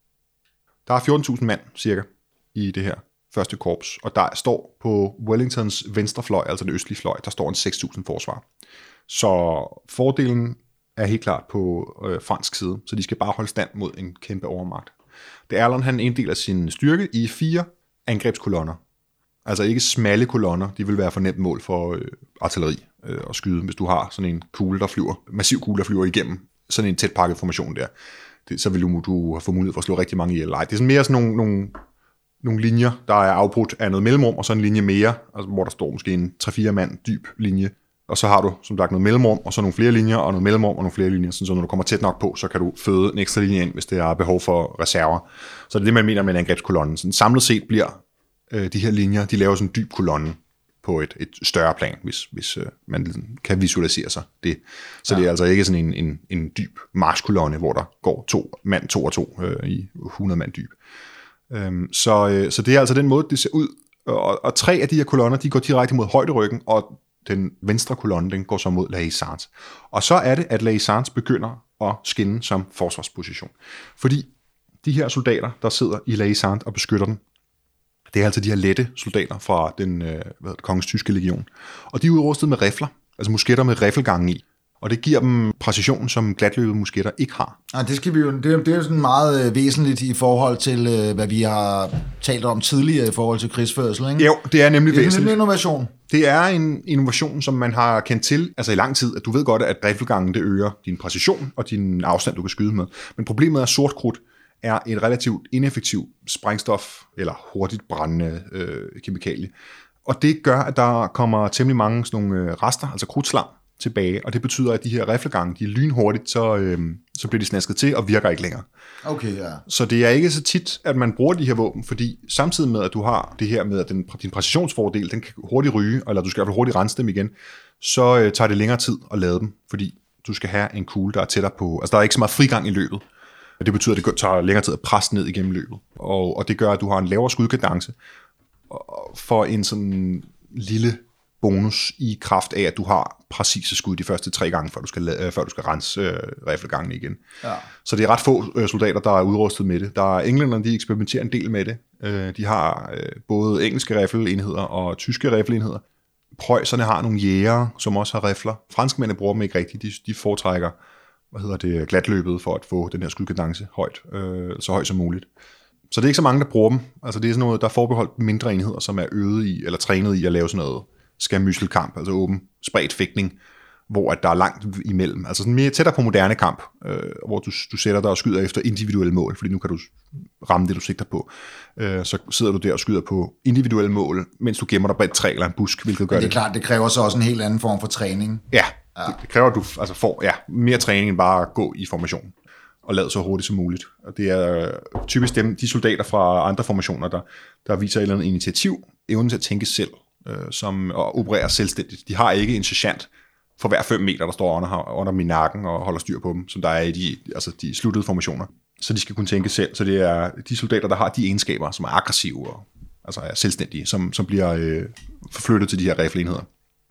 [SPEAKER 2] Der er fjorten tusind mand cirka i det her første korps, og der står på Wellingtons venstre fløj, altså den østlige fløj, der står en seks tusind forsvar. Så fordelen er helt klart på øh, fransk side, så de skal bare holde stand mod en kæmpe overmagt. d'Erlon han inddeler sin styrke i fire angrebskolonner. Altså ikke smalle kolonner, de vil være for nemt mål for øh, artilleri øh, at skyde, hvis du har sådan en kugle, der flyver, massiv kugle, der flyver igennem sådan en tæt pakket formation der. Det, så vil du, du få mulighed for at slå rigtig mange ihjel. Nej, det er sådan mere sådan nogle, nogle, nogle linjer, der er afbrudt af noget mellemrum, og så en linje mere, altså, hvor der står måske en tre fire mand dyb linje. Og så har du, som sagt, noget mellemrum, og så nogle flere linjer, og noget mellemrum, og nogle flere linjer. Så når du kommer tæt nok på, så kan du føde en ekstra linje ind, hvis det er behov for reserver. Så det er det, man mener med en angrebskolonne. Så samlet set bliver øh, de her linjer, de laver sådan en dyb kolonne på et, et større plan, hvis, hvis øh, man kan visualisere sig det. Så ja. Det er altså ikke sådan en, en, en dyb marchkolonne, hvor der går to mand, to og to øh, i hundrede mand dyb. Øhm, så, øh, så det er altså den måde, det ser ud. Og, og tre af de her kolonner, de går direkte mod højderyggen, og den venstre kolonne, den går så mod La Haye-Sainte. Og så er det, at La Haye-Sainte begynder at skinne som forsvarsposition. Fordi de her soldater, der sidder i La Haye-Sainte og beskytter den, det er altså de her lette soldater fra den øh, hvad det, kongens tyske legion. Og de er udrustet med rifler, altså musketter med riffelgange i. Og det giver dem præcision, som glatløbede musketter ikke har.
[SPEAKER 1] Ja, det, skal vi jo, det, det er jo sådan meget øh, væsentligt i forhold til, øh, hvad vi har talt om tidligere i forhold til krigsførsel, ikke?
[SPEAKER 2] Jo, det er nemlig
[SPEAKER 1] det er
[SPEAKER 2] væsentligt.
[SPEAKER 1] Det er en innovation.
[SPEAKER 2] Det er en innovation, som man har kendt til altså i lang tid, at du ved godt, at riffelgangen det øger din præcision og din afstand, du kan skyde med. Men problemet er, at sort krudt er et relativt ineffektivt sprængstof, eller hurtigt brændende øh, kemikalie. Og det gør, at der kommer temmelig mange sådan nogle øh, rester, altså krudtslam, tilbage, og det betyder, at de her riflegange, de er lynhurtigt, så, øh, så bliver de snasket til og virker ikke længere.
[SPEAKER 1] Okay, ja.
[SPEAKER 2] Så det er ikke så tit, at man bruger de her våben, fordi samtidig med, at du har det her med, at den, din præcisionsfordel, den kan hurtigt ryge, eller du skal i hvert fald hurtigt rense dem igen, så øh, tager det længere tid at lade dem, fordi du skal have en kugle, der er tættere på, altså der er ikke så meget frigang i løbet. Det betyder, at det tager længere tid at presse ned igennem løbet, og, og det gør, at du har en lavere skudkadence for en sådan lille bonus i kraft af, at du har præcise skud de første tre gange, før du skal, øh, før du skal rense øh, riflegangen igen. Ja. Så det er ret få øh, soldater, der er udrustet med det. Der er englænderne, de eksperimenterer en del med det. Øh, de har øh, både engelske riffelenheder og tyske riffelenheder. Preusserne har nogle jægere, som også har rifler. Franskmændene bruger dem ikke rigtigt. De, de foretrækker hvad hedder det, glatløbet for at få den her skudkadence højt, øh, så højt som muligt. Så det er ikke så mange, der bruger dem. Altså det er sådan noget, der er forbeholdt mindre enheder, som er øvet i, eller trænet i at lave sådan noget skærmysselkamp, altså åben, spredt fægtning, hvor at der er langt imellem. Altså sådan mere tættere på moderne kamp, øh, hvor du, du sætter dig og skyder efter individuelle mål, fordi nu kan du ramme det, du sigter på. Øh, så sidder du der og skyder på individuelle mål, mens du gemmer dig bag et træ eller en busk, hvilket gør det.
[SPEAKER 1] Det er klart, det kræver så også en helt anden form for træning.
[SPEAKER 2] Ja, Ja. Det, det kræver, at du altså, får ja, mere træning end bare at gå i formation og lade så hurtigt som muligt. Og det er typisk dem, de soldater fra andre formationer, der, der viser et eller andet initiativ, evnen til at tænke selv, øh, som og operere selvstændigt. De har ikke en sergeant for hver fem meter, der står under, under min nakken og holder styr på dem, som der er i de, altså de sluttede formationer. Så de skal kunne tænke selv. Så det er de soldater, der har de egenskaber, som er aggressive og altså er selvstændige, som, som bliver øh, forflyttet til de her riffelenheder.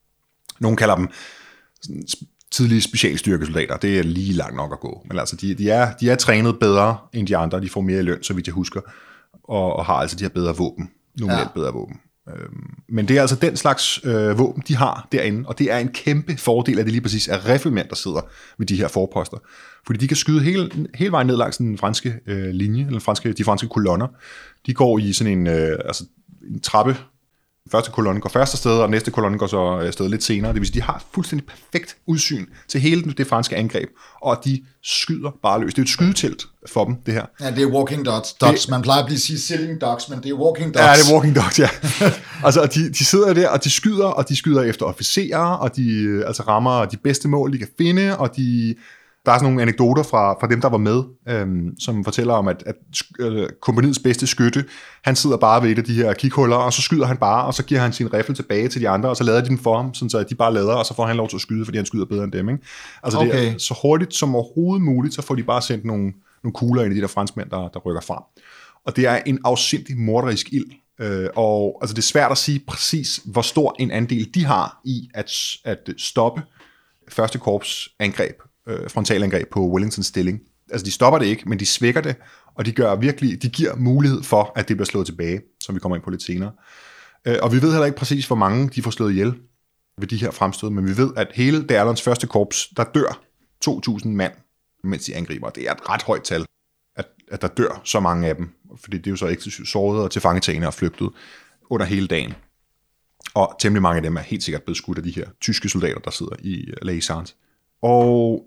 [SPEAKER 2] Nogle kalder dem sådan, tidlige specialstyrkesoldater. Det er lige langt nok at gå. Men altså, de, de, er, de er trænet bedre end de andre. De får mere i løn, så vidt jeg husker. Og, og har altså de her bedre våben. Nominelt ja. bedre våben. Øhm, men det er altså den slags øh, våben, de har derinde. Og det er en kæmpe fordel, at det lige præcis er riffelmænd, der sidder ved de her forposter. Fordi de kan skyde hele, hele vejen ned langs den franske øh, linje, eller franske, de franske kolonner. De går i sådan en, øh, altså, en trappe. Første kolonne går først afsted, og næste kolonne går så afsted lidt senere. Det vil sige, de har fuldstændig perfekt udsyn til hele det franske angreb, og de skyder bare løs. Det er et skydetelt for dem, det her.
[SPEAKER 1] Ja, det er walking dogs. dogs. Man plejer at blive sige sitting dogs, men det er walking dogs.
[SPEAKER 2] Ja, det er walking dogs, ja. altså, de, de sidder der, og de skyder, og de skyder efter officerer, og de altså, rammer de bedste mål, de kan finde, og de... Der er sådan nogle anekdoter fra, fra dem, der var med, øhm, som fortæller om, at, at øh, kompagniets bedste skytte, han sidder bare ved et af de her kighuller, og så skyder han bare, og så giver han sin riffel tilbage til de andre, og så lader de den for ham, sådan så de bare lader, og så får han lov til at skyde, fordi han skyder bedre end dem. Ikke? Altså okay. Det er så hurtigt som overhovedet muligt, så får de bare sendt nogle, nogle kugler ind i de der franskmænd, der, der rykker frem. Og det er en afsindig morderisk ild, øh, og altså, det er svært at sige præcis, hvor stor en andel de har i at, at stoppe første korps angreb, frontalangreb på Wellingtons stilling. Altså, de stopper det ikke, men de svækker det, og de gør virkelig, de giver mulighed for, at det bliver slået tilbage, som vi kommer ind på lidt senere. Og vi ved heller ikke præcis, hvor mange de får slået ihjel ved de her fremstød, men vi ved, at hele Darlons første korps, der dør to tusind mand, mens de angriber. Det er et ret højt tal, at, at der dør så mange af dem, fordi det er jo så ekstensivt såret og tilfangetagende og flygtet under hele dagen. Og temmelig mange af dem er helt sikkert blevet skudt af de her tyske soldater, der sidder i La Haye Sainte. Og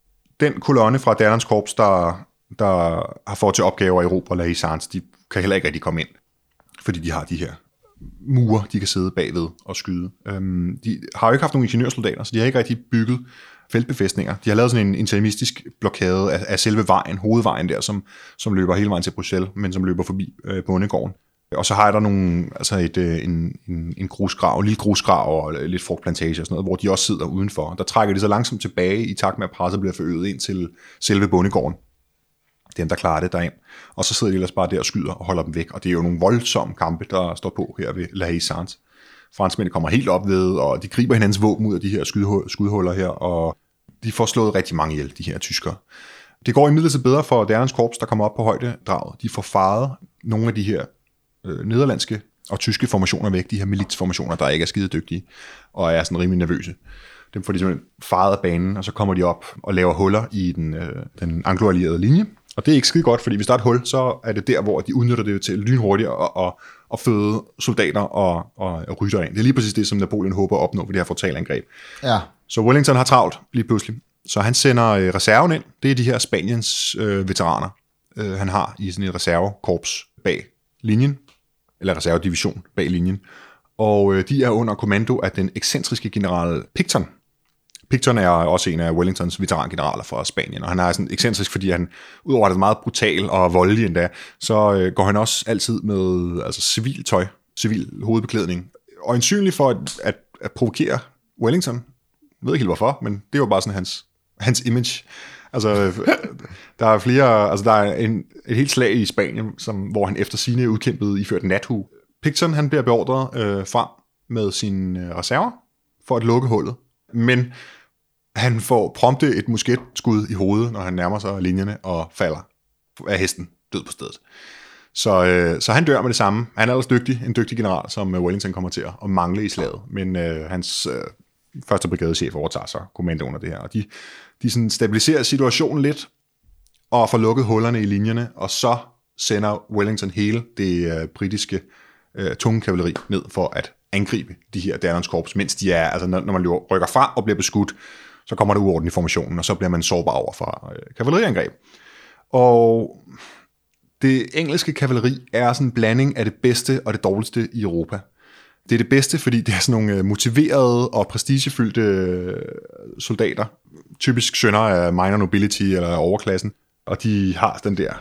[SPEAKER 2] den kolonne fra Darlons korps, der, der har fået til opgave at erobre La Haye Sainte, de kan heller ikke rigtig komme ind, fordi de har de her mure, de kan sidde bagved og skyde. Øhm, de har jo ikke haft nogen ingeniørsoldater, så de har ikke rigtig bygget feltbefæstninger. De har lavet sådan en interimistisk blokade af, af selve vejen, hovedvejen der, som, som løber hele vejen til Bruxelles, men som løber forbi øh, bondegården. Og så har der nogle, altså et, en, en, en grusgrav, en lille grusgrav og lidt frugtplantage og sådan noget, hvor de også sidder udenfor. Der trækker de så langsomt tilbage i takt med, at presset bliver forøget ind til selve bondegården. Dem, der klarer det derind. Og så sidder de ellers bare der og skyder og holder dem væk. Og det er jo nogle voldsomme kampe, der står på her ved La Haye Sainte. Franskmændene kommer helt op ved, og de griber hinandens våben ud af de her skudhuller her, og de får slået rigtig mange ihjel, de her tyskere. Det går imidlertid bedre for Darlons korps, der kommer op på højdedraget. De får faret nogle af de her øh, nederlandske og tyske formationer væk, de her militsformationer, der ikke er skide dygtige, og er sådan rimelig nervøse. Dem får de simpelthen faret af banen, og så kommer de op og laver huller i den, øh, den anglo-allierede linje. Og det er ikke skide godt, fordi hvis der er et hul, så er det der, hvor de udnytter det til lynhurtigt og, og, og føde soldater og, og, og rytter ind. Det er lige præcis det, som Napoleon håber at opnå ved det her frontalangreb. Ja. Så Wellington har travlt lige pludselig. Så han sender øh, reserven ind. Det er de her Spaniens øh, veteraner, øh, han har i sådan et reservekorps bag linjen, eller reservedivision bag linjen. Og øh, de er under kommando af den ekscentriske general Picton. Picton er også en af Wellingtons veterangeneraler fra Spanien, og han er sådan ekscentrisk, fordi han, udover at han er meget brutal og voldelig endda, så øh, går han også altid med altså, civil tøj, civil hovedbeklædning, og ansynlig for at, at, at provokere Wellington. Jeg ved ikke helt hvorfor, men det var bare sådan hans, hans image. Altså, der er flere, altså der er en, et helt slag i Spanien, som, hvor han efter sine udkæmpede iført nathue. Picton, han bliver beordret øh, frem med sine øh, reserver for at lukke hullet, men han får prompte et musketskud i hovedet, når han nærmer sig linjerne og falder af hesten død på stedet. Så, øh, så han dør med det samme. Han er ellers dygtig, en dygtig general, som Wellington kommer til at mangle i slaget, men øh, hans øh, første brigadechef overtager så kommandoen af det her, og de, de sådan stabiliserer situationen lidt, og får lukket hullerne i linjerne, og så sender Wellington hele det øh, britiske øh, tunge kavaleri ned for at angribe de her Darlons korps, mens de er, altså når, når man rykker frem og bliver beskudt, så kommer der uorden i formationen, og så bliver man sårbar over for øh, kavaleriangreb. Og det engelske kavaleri er sådan en blanding af det bedste og det dårligste i Europa. Det er det bedste, fordi det er sådan nogle motiverede og prestigefyldte soldater. Typisk sønner af minor nobility eller overklassen. Og de har den der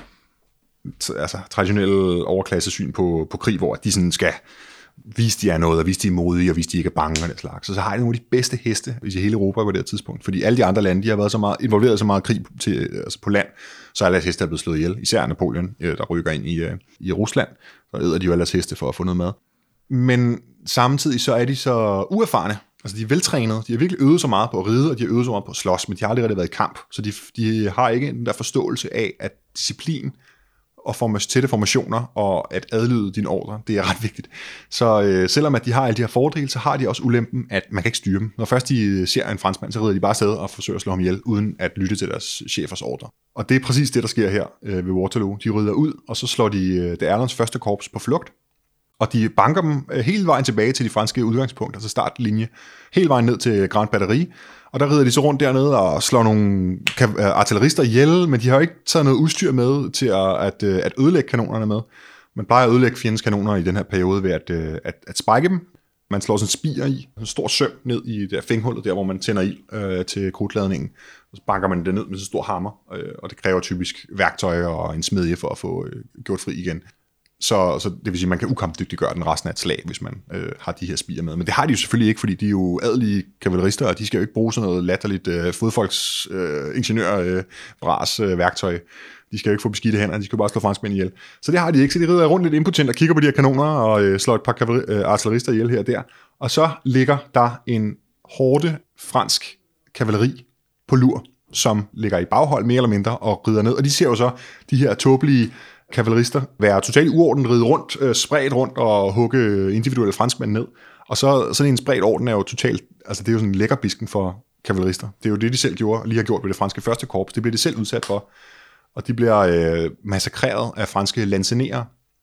[SPEAKER 2] altså, traditionelle overklassesyn på, på krig, hvor de sådan skal vise, de er noget, og vise, de er modige, og vise, de ikke er bange og den slags. Så, så har de nogle af de bedste heste i hele Europa på det her tidspunkt. Fordi alle de andre lande, de har været så meget involveret så meget krig til, altså på land, så alle deres heste er blevet slået ihjel. Især Napoleon, der rykker ind i, i Rusland. Så æder de jo alle deres heste for at få noget mad. Men samtidig så er de så uerfarne. Altså de er veltrænede. De har virkelig øvet så meget på at ride, og de har øvet så meget på at slås, men de har aldrig rigtig været i kamp. Så de, de har ikke den der forståelse af, at disciplin og form- tætte formationer og at adlyde dine ordre, det er ret vigtigt. Så øh, selvom at de har alle de her fordele, så har de også ulempen, at man kan ikke styre dem. Når først de ser en franskmand, så rider de bare afsted og forsøger at slå ham ihjel, uden at lytte til deres chefers ordre. Og det er præcis det, der sker her øh, ved Waterloo. De rider ud, og så slår de øh, det Erlands første korps på flugt, og de banker dem øh, hele vejen tilbage til de franske udgangspunkter, altså startlinje, hele vejen ned til Grand Batterie. Og der rider de så rundt dernede og slår nogle artillerister ihjel, men de har jo ikke taget noget udstyr med til at, at, at ødelægge kanonerne med. Man plejer at ødelægge fjendens kanoner i den her periode ved at, at, at spike dem. Man slår sådan en spier i, en stor søm ned i det fænghullet, der hvor man tænder ild øh, til krudtladningen. Og så banker man det ned med så stor hammer, øh, og det kræver typisk værktøj og en smedje for at få øh, gjort fri igen. Så, så det vil sige, at man kan ukampdygtiggøre den resten af et slag, hvis man øh, har de her spier med. Men det har de jo selvfølgelig ikke, fordi de er jo adelige kavalerister, og de skal jo ikke bruge sådan noget latterligt øh, fodfolks øh, ingeniør øh, bras øh, værktøj. De skal jo ikke få beskidte hænder, de skal jo bare slå franskmænd ihjel. Så det har de ikke, så de rider rundt lidt impotent og kigger på de her kanoner og øh, slår et par kavaleri, øh, artillerister ihjel her og der. Og så ligger der en hårde fransk kavaleri på lur, som ligger i baghold mere eller mindre og rider ned. Og de ser jo så de her tåbelige kavalerister være totalt uorden, ride rundt, øh, spredt rundt og hugge individuelle franskmænd ned. Og så sådan en spredt orden er jo totalt, altså det er jo sådan en lækkerbisken for kavalerister. Det er jo det, de selv gjorde, lige har gjort ved det franske første korps. Det bliver de selv udsat for. Og de bliver øh, massakreret af franske lancenerer,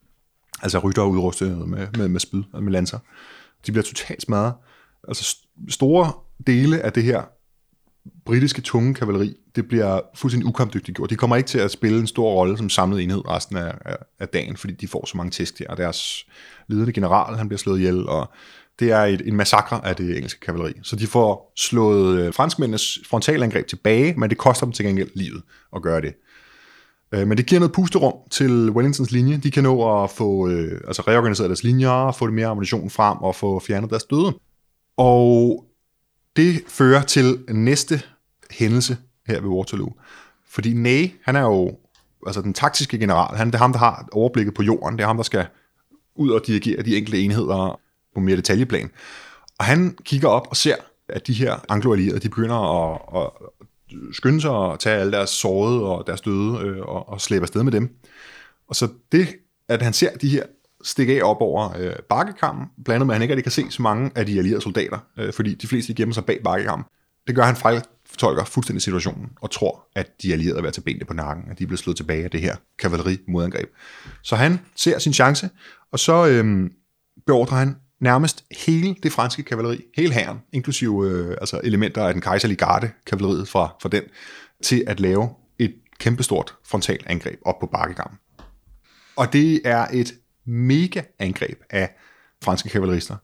[SPEAKER 2] altså ryttere udrustet med, med, med spyd og med lancer. De bliver totalt smadret. Altså store dele af det her britiske tunge kavaleri, det bliver fuldstændig ukampdygtigt gjort. De kommer ikke til at spille en stor rolle som samlet enhed resten af, af, af dagen, fordi de får så mange tæsk der, og deres ledende general, han bliver slået ihjel, og det er et, en massakre af det engelske kavaleri. Så de får slået franskmændenes frontalangreb tilbage, men det koster dem til gengæld livet at gøre det. Men det giver noget pusterum til Wellingtons linje. De kan nå at få øh, altså reorganiseret deres linjer, få det mere ammunition frem og få fjernet deres døde. Og det fører til næste hændelse her ved Waterloo. Fordi Ney, han er jo altså den taktiske general. Han, det er ham, der har overblikket på jorden. Det er ham, der skal ud og dirigere de enkelte enheder på mere detaljeplan. Og han kigger op og ser, at de her anglo-allierede, de begynder at, at skynde sig og tage alle deres sårede og deres døde øh, og, og slæbe afsted med dem. Og så det, at han ser de her stikke af op over øh, bakkekammen, blandet med, at han ikke rigtig kan se så mange af de allierede soldater, øh, fordi de fleste gemmer sig bag bakkekammen. Det gør, at han fejlfortolker fuldstændig situationen og tror, at de allierede er ved at tage benene på nakken, at de er blevet slået tilbage af det her kavaleri-modangreb. Så han ser sin chance, og så øh, beordrer han nærmest hele det franske kavaleri, hele hæren, inklusive øh, altså elementer af den kejserlige garde, kavaleriet fra, fra den, til at lave et kæmpestort frontalangreb op på bakkekammen. Og det er et mega angreb af franske kavalerister.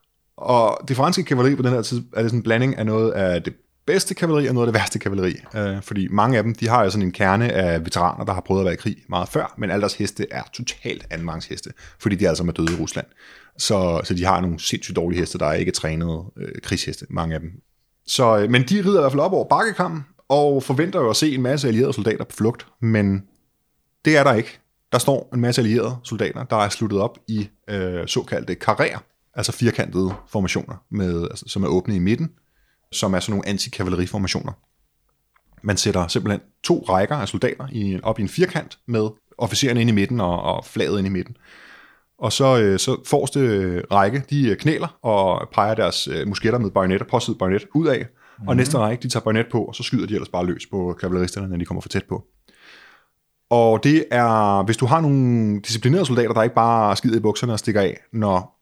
[SPEAKER 2] Og det franske kavaleri på den her tid er det sådan en blanding af noget af det bedste kavaleri og noget af det værste kavaleri. Øh, fordi mange af dem, de har jo sådan en kerne af veteraner, der har prøvet at være i krig meget før, men alle deres heste er totalt andenrangsheste, fordi de altså er døde i Rusland. Så, så de har nogle sindssygt dårlige heste, der er ikke trænede øh, krigsheste, mange af dem. Så, øh, men de rider i hvert fald op over bakkekammen, og forventer jo at se en masse allierede soldater på flugt, men det er der ikke. Der står en masse allierede soldater, der er sluttet op i øh, såkaldte karréer, altså firkantede formationer, med, altså, som er åbne i midten, som er sådan nogle anti-kavaleriformationer. Man sætter simpelthen to rækker af soldater i, op i en firkant med officererne inde i midten og, og flaget inde i midten. Og så, øh, så forreste række, de knæler og peger deres øh, musketter med bajonetter, påsiddet bajonet ud af, mm-hmm. og næste række, de tager bajonet på, og så skyder de ellers bare løs på kavaleristerne, når de kommer for tæt på. Og det er, hvis du har nogle disciplinerede soldater, der ikke bare skider i bukserne og stikker af, når,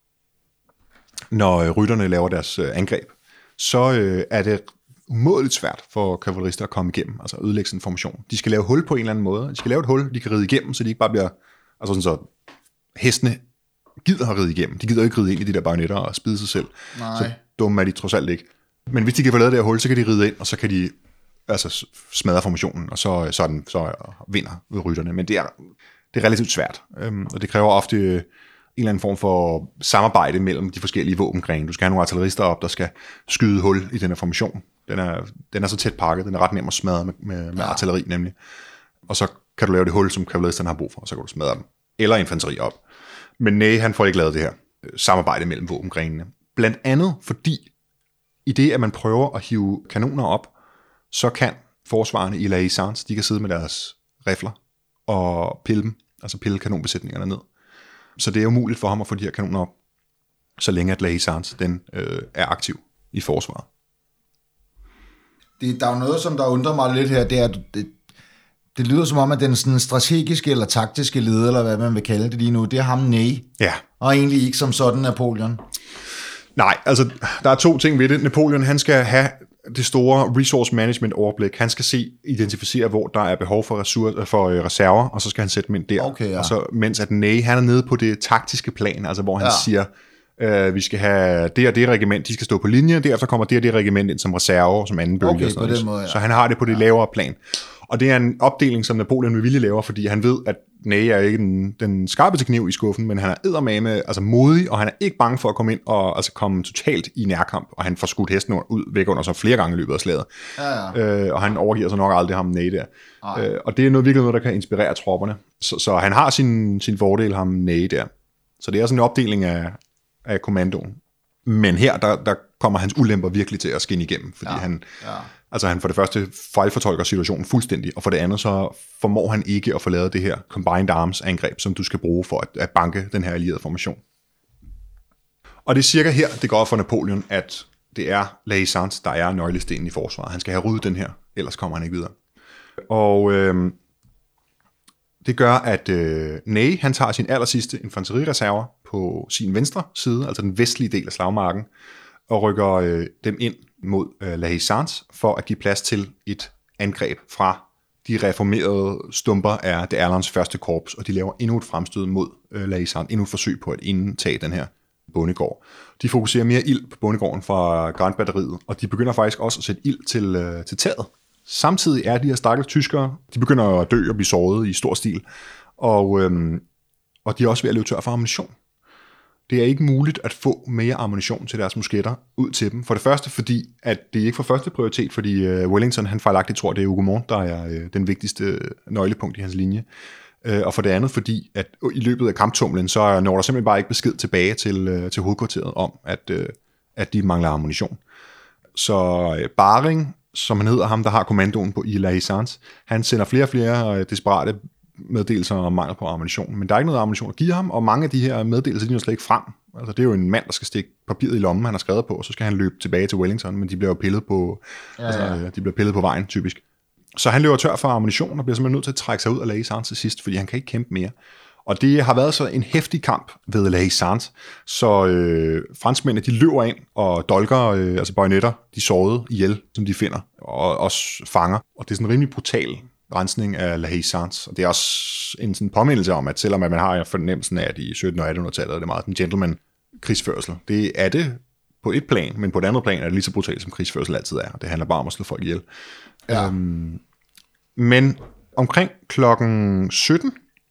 [SPEAKER 2] når rytterne laver deres øh, angreb, så øh, er det umådeligt svært for kavalerister at komme igennem, altså ødelægge sådan en formation. De skal lave hul på en eller anden måde. De skal lave et hul, de kan ride igennem, så de ikke bare bliver, altså sådan så hestene gider at ride igennem. De gider ikke ride ind i de der bajonetter og spide sig selv.
[SPEAKER 1] Nej.
[SPEAKER 2] Så dumme er de trods alt ikke. Men hvis de kan få lavet det her hul, så kan de ride ind, og så kan de altså smadre formationen, og så, så, den, så vinder rytterne. Men det er, det er relativt svært, øhm, og det kræver ofte en eller anden form for samarbejde mellem de forskellige våbengrene. Du skal have nogle artillerister op, der skal skyde hul i den her formation. Den er, den er så tæt pakket, den er ret nem at smadre med, med, med ja. artilleri nemlig. Og så kan du lave det hul, som kavaleristerne har brug for, og så kan du smadre dem. Eller infanteri op. Men nej, han får ikke lavet det her samarbejde mellem våbengrenene. Blandt andet fordi, i det, at man prøver at hive kanoner op, så kan forsvarerne i La Haye Sainte, de kan sidde med deres rifler og pille dem, altså pille kanonbesætningerne ned. Så det er umuligt for ham at få de her kanoner op, så længe at La Haye Sainte, den øh, er aktiv i forsvaret.
[SPEAKER 1] Det, der er jo noget, som der undrer mig lidt her, det er, at det, det lyder som om, at den sådan strategiske eller taktiske leder, eller hvad man vil kalde det lige nu, det er ham Ney.
[SPEAKER 2] Ja.
[SPEAKER 1] Og egentlig ikke som sådan Napoleon.
[SPEAKER 2] Nej, altså der er to ting ved det. Napoleon, han skal have det store resource management overblik. Han skal se, identificere, hvor der er behov for, ressourcer, for øh, reserver, og så skal han sætte dem ind der.
[SPEAKER 1] Okay, ja.
[SPEAKER 2] Og så, mens at Ney, han er nede på det taktiske plan, altså hvor han ja. siger, øh, vi skal have det og det regiment, de skal stå på linje, derefter kommer det og det regiment ind som reserve, som anden bølge.
[SPEAKER 1] Okay,
[SPEAKER 2] og sådan
[SPEAKER 1] på den måde, ja.
[SPEAKER 2] Så han har det på det ja. lavere plan. Og det er en opdeling, som Napoleon med vilje laver, fordi han ved, at Ney er ikke den, den skarpeste kniv i skuffen, men han er eddermame, altså modig, og han er ikke bange for at komme ind og altså komme totalt i nærkamp, og han får skudt hesten ud væk under sig flere gange i løbet af slaget. Ja, ja. Øh, og han overgiver sig nok aldrig ham Ney der. Øh, og det er noget, virkelig noget, der kan inspirere tropperne. Så, så han har sin, sin fordel, ham Ney der. Så det er sådan en opdeling af, af kommandoen. Men her, der, der kommer hans ulemper virkelig til at skinne igennem, fordi ja. han... Ja. Altså han for det første fejlfortolker situationen fuldstændig, og for det andet så formår han ikke at få lavet det her combined arms angreb, som du skal bruge for at, at banke den her allierede formation. Og det er cirka her, det går op for Napoleon, at det er La Haye Sainte, der er nøglestenen i forsvaret. Han skal have ryddet den her, ellers kommer han ikke videre. Og øh, det gør, at øh, Ney, han tager sin allersidste infanterireserver på sin venstre side, altså den vestlige del af slagmarken, og rykker øh, dem ind mod øh, La Haye Sainte for at give plads til et angreb fra de reformerede stumper af det Erlands første korps, og de laver endnu et fremstød mod øh, La Haye Sainte, endnu et forsøg på at indtage den her bondegård. De fokuserer mere ild på bondegården fra Grandbatteriet, og de begynder faktisk også at sætte ild til, øh, til taget. Samtidig er de her stakkels tyskere, de begynder at dø og blive såret i stor stil, og, øh, og de er også ved at løbe tør for ammunition. Det er ikke muligt at få mere ammunition til deres musketter ud til dem. For det første, fordi at det ikke får første prioritet, fordi uh, Wellington han fejlagtigt tror, at det er Hougoumont, der er uh, den vigtigste nøglepunkt i hans linje. Uh, og for det andet, fordi at i løbet af kamptumlen, så når der simpelthen bare ikke besked tilbage til, uh, til hovedkvarteret om, at, uh, at de mangler ammunition. Så uh, Baring, som han hedder ham, der har kommandoen på i La Haye Sainte, han sender flere og flere uh, desperate meddelelser om mangel på ammunition, men der er ikke noget ammunition at give ham, og mange af de her meddelelser, de er jo slet ikke frem. Altså, det er jo en mand, der skal stikke papiret i lommen, han har skrevet på, og så skal han løbe tilbage til Wellington, men de bliver jo pillet på, ja, ja. Altså, de bliver pillet på vejen, typisk. Så han løber tør for ammunition, og bliver simpelthen nødt til at trække sig ud af La Haye Sainte til sidst, fordi han kan ikke kæmpe mere. Og det har været så en heftig kamp ved La Haye Sainte, så øh, franskmændene, de løber ind og dolker, øh, altså bajonetter, de sårede ihjel, som de finder, og også fanger. Og det er sådan en rimelig brutal rensning af La Haye Sainte, og det er også en sådan påmindelse om, at selvom man har fornemmelsen af, at i sytten- og attenhundredetallet er det meget en gentleman-krigsførsel. Det er det på et plan, men på et andet plan er det lige så brutalt, som krigsførsel altid er, og det handler bare om at slå folk ihjel. Ja. Øhm, men omkring klokken sytten,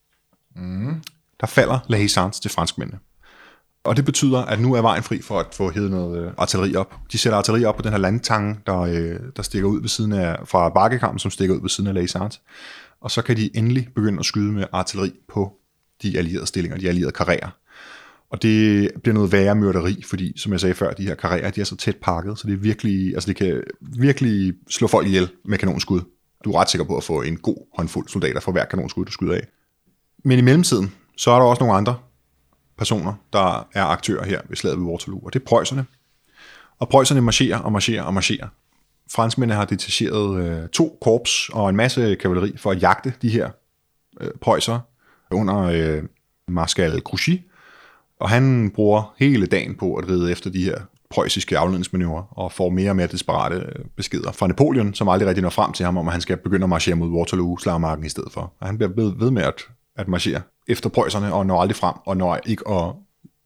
[SPEAKER 2] mm. der falder La Haye Sainte til franskmændene. Og det betyder, at nu er vejen fri for at få hævet noget artilleri op. De sætter artilleri op på den her landtange, der, øh, der stikker ud ved siden af, fra bakkekampen, som stikker ud ved siden af La Haye Sainte. Og så kan de endelig begynde at skyde med artilleri på de allierede stillinger, de allierede karrerer. Og det bliver noget værre myrderi, fordi, som jeg sagde før, de her karrerer, de er så tæt pakket, så det er virkelig, altså det kan virkelig slå folk ihjel med kanonskud. Du er ret sikker på at få en god håndfuld soldater for hver kanonskud, du skyder af. Men i mellemtiden, så er der også nogle andre personer, der er aktører her ved slaget ved Waterloo, og det er preusserne. Og preusserne marcherer og marcherer og marcherer. Franskmændene har detacheret øh, to korps og en masse kavaleri for at jagte de her øh, preussere under øh, marskal Grouchy, og han bruger hele dagen på at ride efter de her preussiske afledningsmanøvrer og får mere og mere desperate beskeder fra Napoleon, som aldrig rigtig når frem til ham, om at han skal begynde at marchere mod Waterloo-slagmarken i stedet for. Og han bliver ved med at, at marchere efter preusserne og når aldrig frem og når ikke at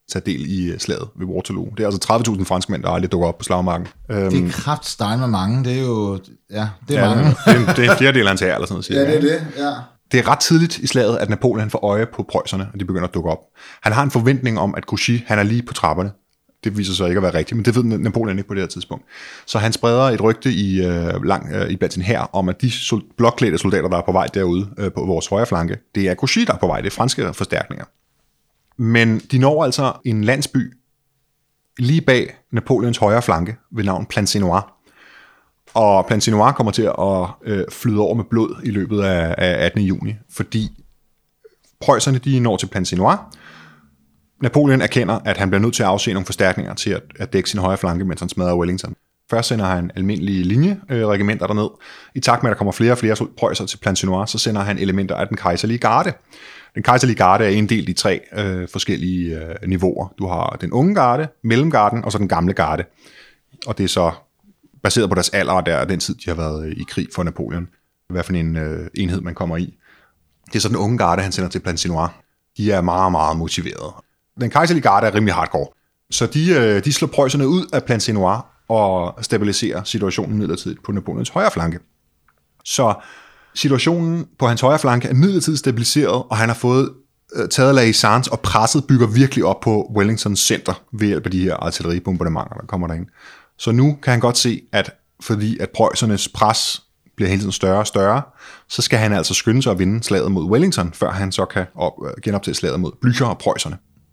[SPEAKER 2] tage del i slaget ved Waterloo. Det er altså tredive tusind franskmænd, der aldrig dukker op på slagmarken.
[SPEAKER 1] Det er kraftstein med mange, det er jo, ja, det er
[SPEAKER 2] ja,
[SPEAKER 1] mange.
[SPEAKER 2] Det er, det er en fjerdedel af hans hær, eller sådan noget. Siger
[SPEAKER 1] ja, det er det, ja.
[SPEAKER 2] Det er ret tidligt i slaget, at Napoleon får øje på preusserne, og de begynder at dukke op. Han har en forventning om, at Grouchy, han er lige på trapperne. Det viser sig ikke at være rigtigt, men det ved Napoleon ikke på det her tidspunkt. Så han spreder et rygte i, øh, lang, øh, i blandt sin hær om, at de sol- blokklædte soldater, der er på vej derude øh, på vores højre flanke, det er Grouchy, der er på vej. Det er franske forstærkninger. Men de når altså en landsby lige bag Napoleons højre flanke ved navn Plancenoit. Og Plancenoit kommer til at øh, flyde over med blod i løbet af, af attende juni, fordi preusserne de når til Plancenoit. Napoleon erkender, at han bliver nødt til at afse nogle forstærkninger til at, at dække sin højre flanke, mens han smadrer Wellington. Først sender han almindelige linjeregimenter øh, derned. I takt med, at der kommer flere og flere preusser til Plancenoit, så sender han elementer af den kejserlige garde. Den kejserlige garde er inddelt i tre øh, forskellige øh, niveauer. Du har den unge garde, mellemgarden og så den gamle garde. Og det er så baseret på deres alder og der, den tid, de har været i krig for Napoleon. Hvad for en øh, enhed, man kommer i. Det er så den unge garde, han sender til Plancenoit. De er meget, meget motiverede. Den kejserlige garde er rimelig hardcore. Så de, øh, de slår preusserne ud af Plancenoit og stabiliserer situationen midlertidigt på Napoleons højre flanke. Så situationen på hans højre flanke er midlertidigt stabiliseret, og han har fået øh, taget La Haye-Sainte og presset bygger virkelig op på Wellingtons center ved hjælp af de her artilleribombardementer, der kommer derind. Så nu kan han godt se, at fordi at preussernes pres bliver hele tiden større og større, så skal han altså skynde sig at vinde slaget mod Wellington, før han så kan op, genoptage slaget mod Blücher og preusserne.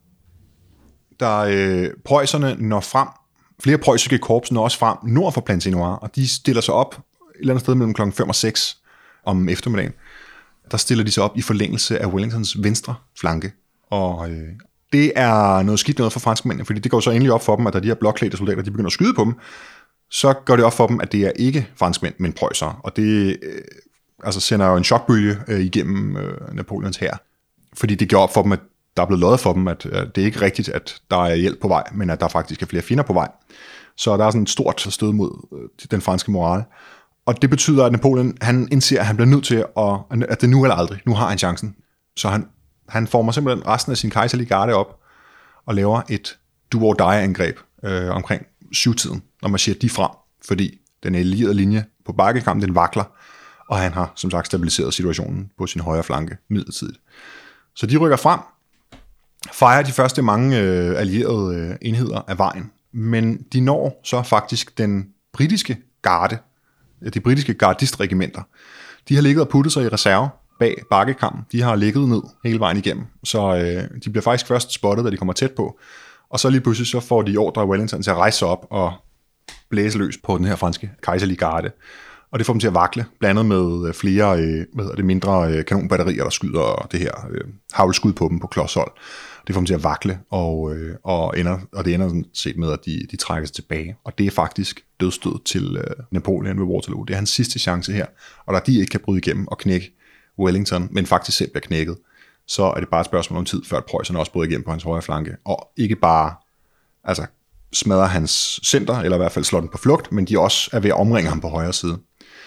[SPEAKER 2] Der øh, preusserne når frem, flere preussiske korps når også frem nord for Plancenoit, og de stiller sig op et eller andet sted mellem klokken fem og seks om eftermiddagen. Der stiller de sig op i forlængelse af Wellingtons venstre flanke, og øh, det er noget skidt noget for franskmændene, fordi det går så endelig op for dem, at da de her blokklædte soldater, de begynder at skyde på dem, så går det op for dem, at det er ikke franskmænd, men preussere, og det øh, altså sender jo en chokbølge øh, igennem øh, Napoleons hær, fordi det går op for dem, at der er blevet løjet for dem, at, at det er ikke rigtigt, at der er hjælp på vej, men at der faktisk er flere fjender på vej. Så der er sådan et stort stød mod øh, den franske moral. Og det betyder, at Napoleon, han indser, at han bliver nødt til, at, at det nu eller aldrig. Nu har han chancen. Så han, han former simpelthen resten af sin kejserlige garde op, og laver et do-or-die-angreb øh, omkring syvtiden, når man siger de frem, fordi den allierede linje på bakkekampen, den vakler, og han har som sagt stabiliseret situationen på sin højre flanke midlertidigt. Så de rykker frem, fejrer de første mange øh, allierede øh, enheder af vejen, men de når så faktisk den britiske garde, de britiske gardistregimenter. De har ligget og puttet sig i reserve bag bakkekampen. De har ligget ned hele vejen igennem, så øh, de bliver faktisk først spottet, da de kommer tæt på, og så lige pludselig så får de ordre af Wellington til at rejse sig op og blæse løs på den her franske kejserlige garde. Og det får dem til at vakle, blandet med flere øh, hvad hedder det, mindre øh, kanonbatterier, der skyder det her øh, haglskud på dem på klodshold. Det får dem til at vakle, og, øh, og, ender, og det ender sådan set med, at de, de trækker sig tilbage. Og det er faktisk dødsstød til øh, Napoleon ved Waterloo. Det er hans sidste chance her, og da de ikke kan bryde igennem og knække Wellington, men faktisk selv bliver knækket, så er det bare et spørgsmål om tid, før at preusserne også bryder igennem på hans højre flanke. Og ikke bare altså, smadrer hans center, eller i hvert fald slår den på flugt, men de også er ved at omringe ham på højre side.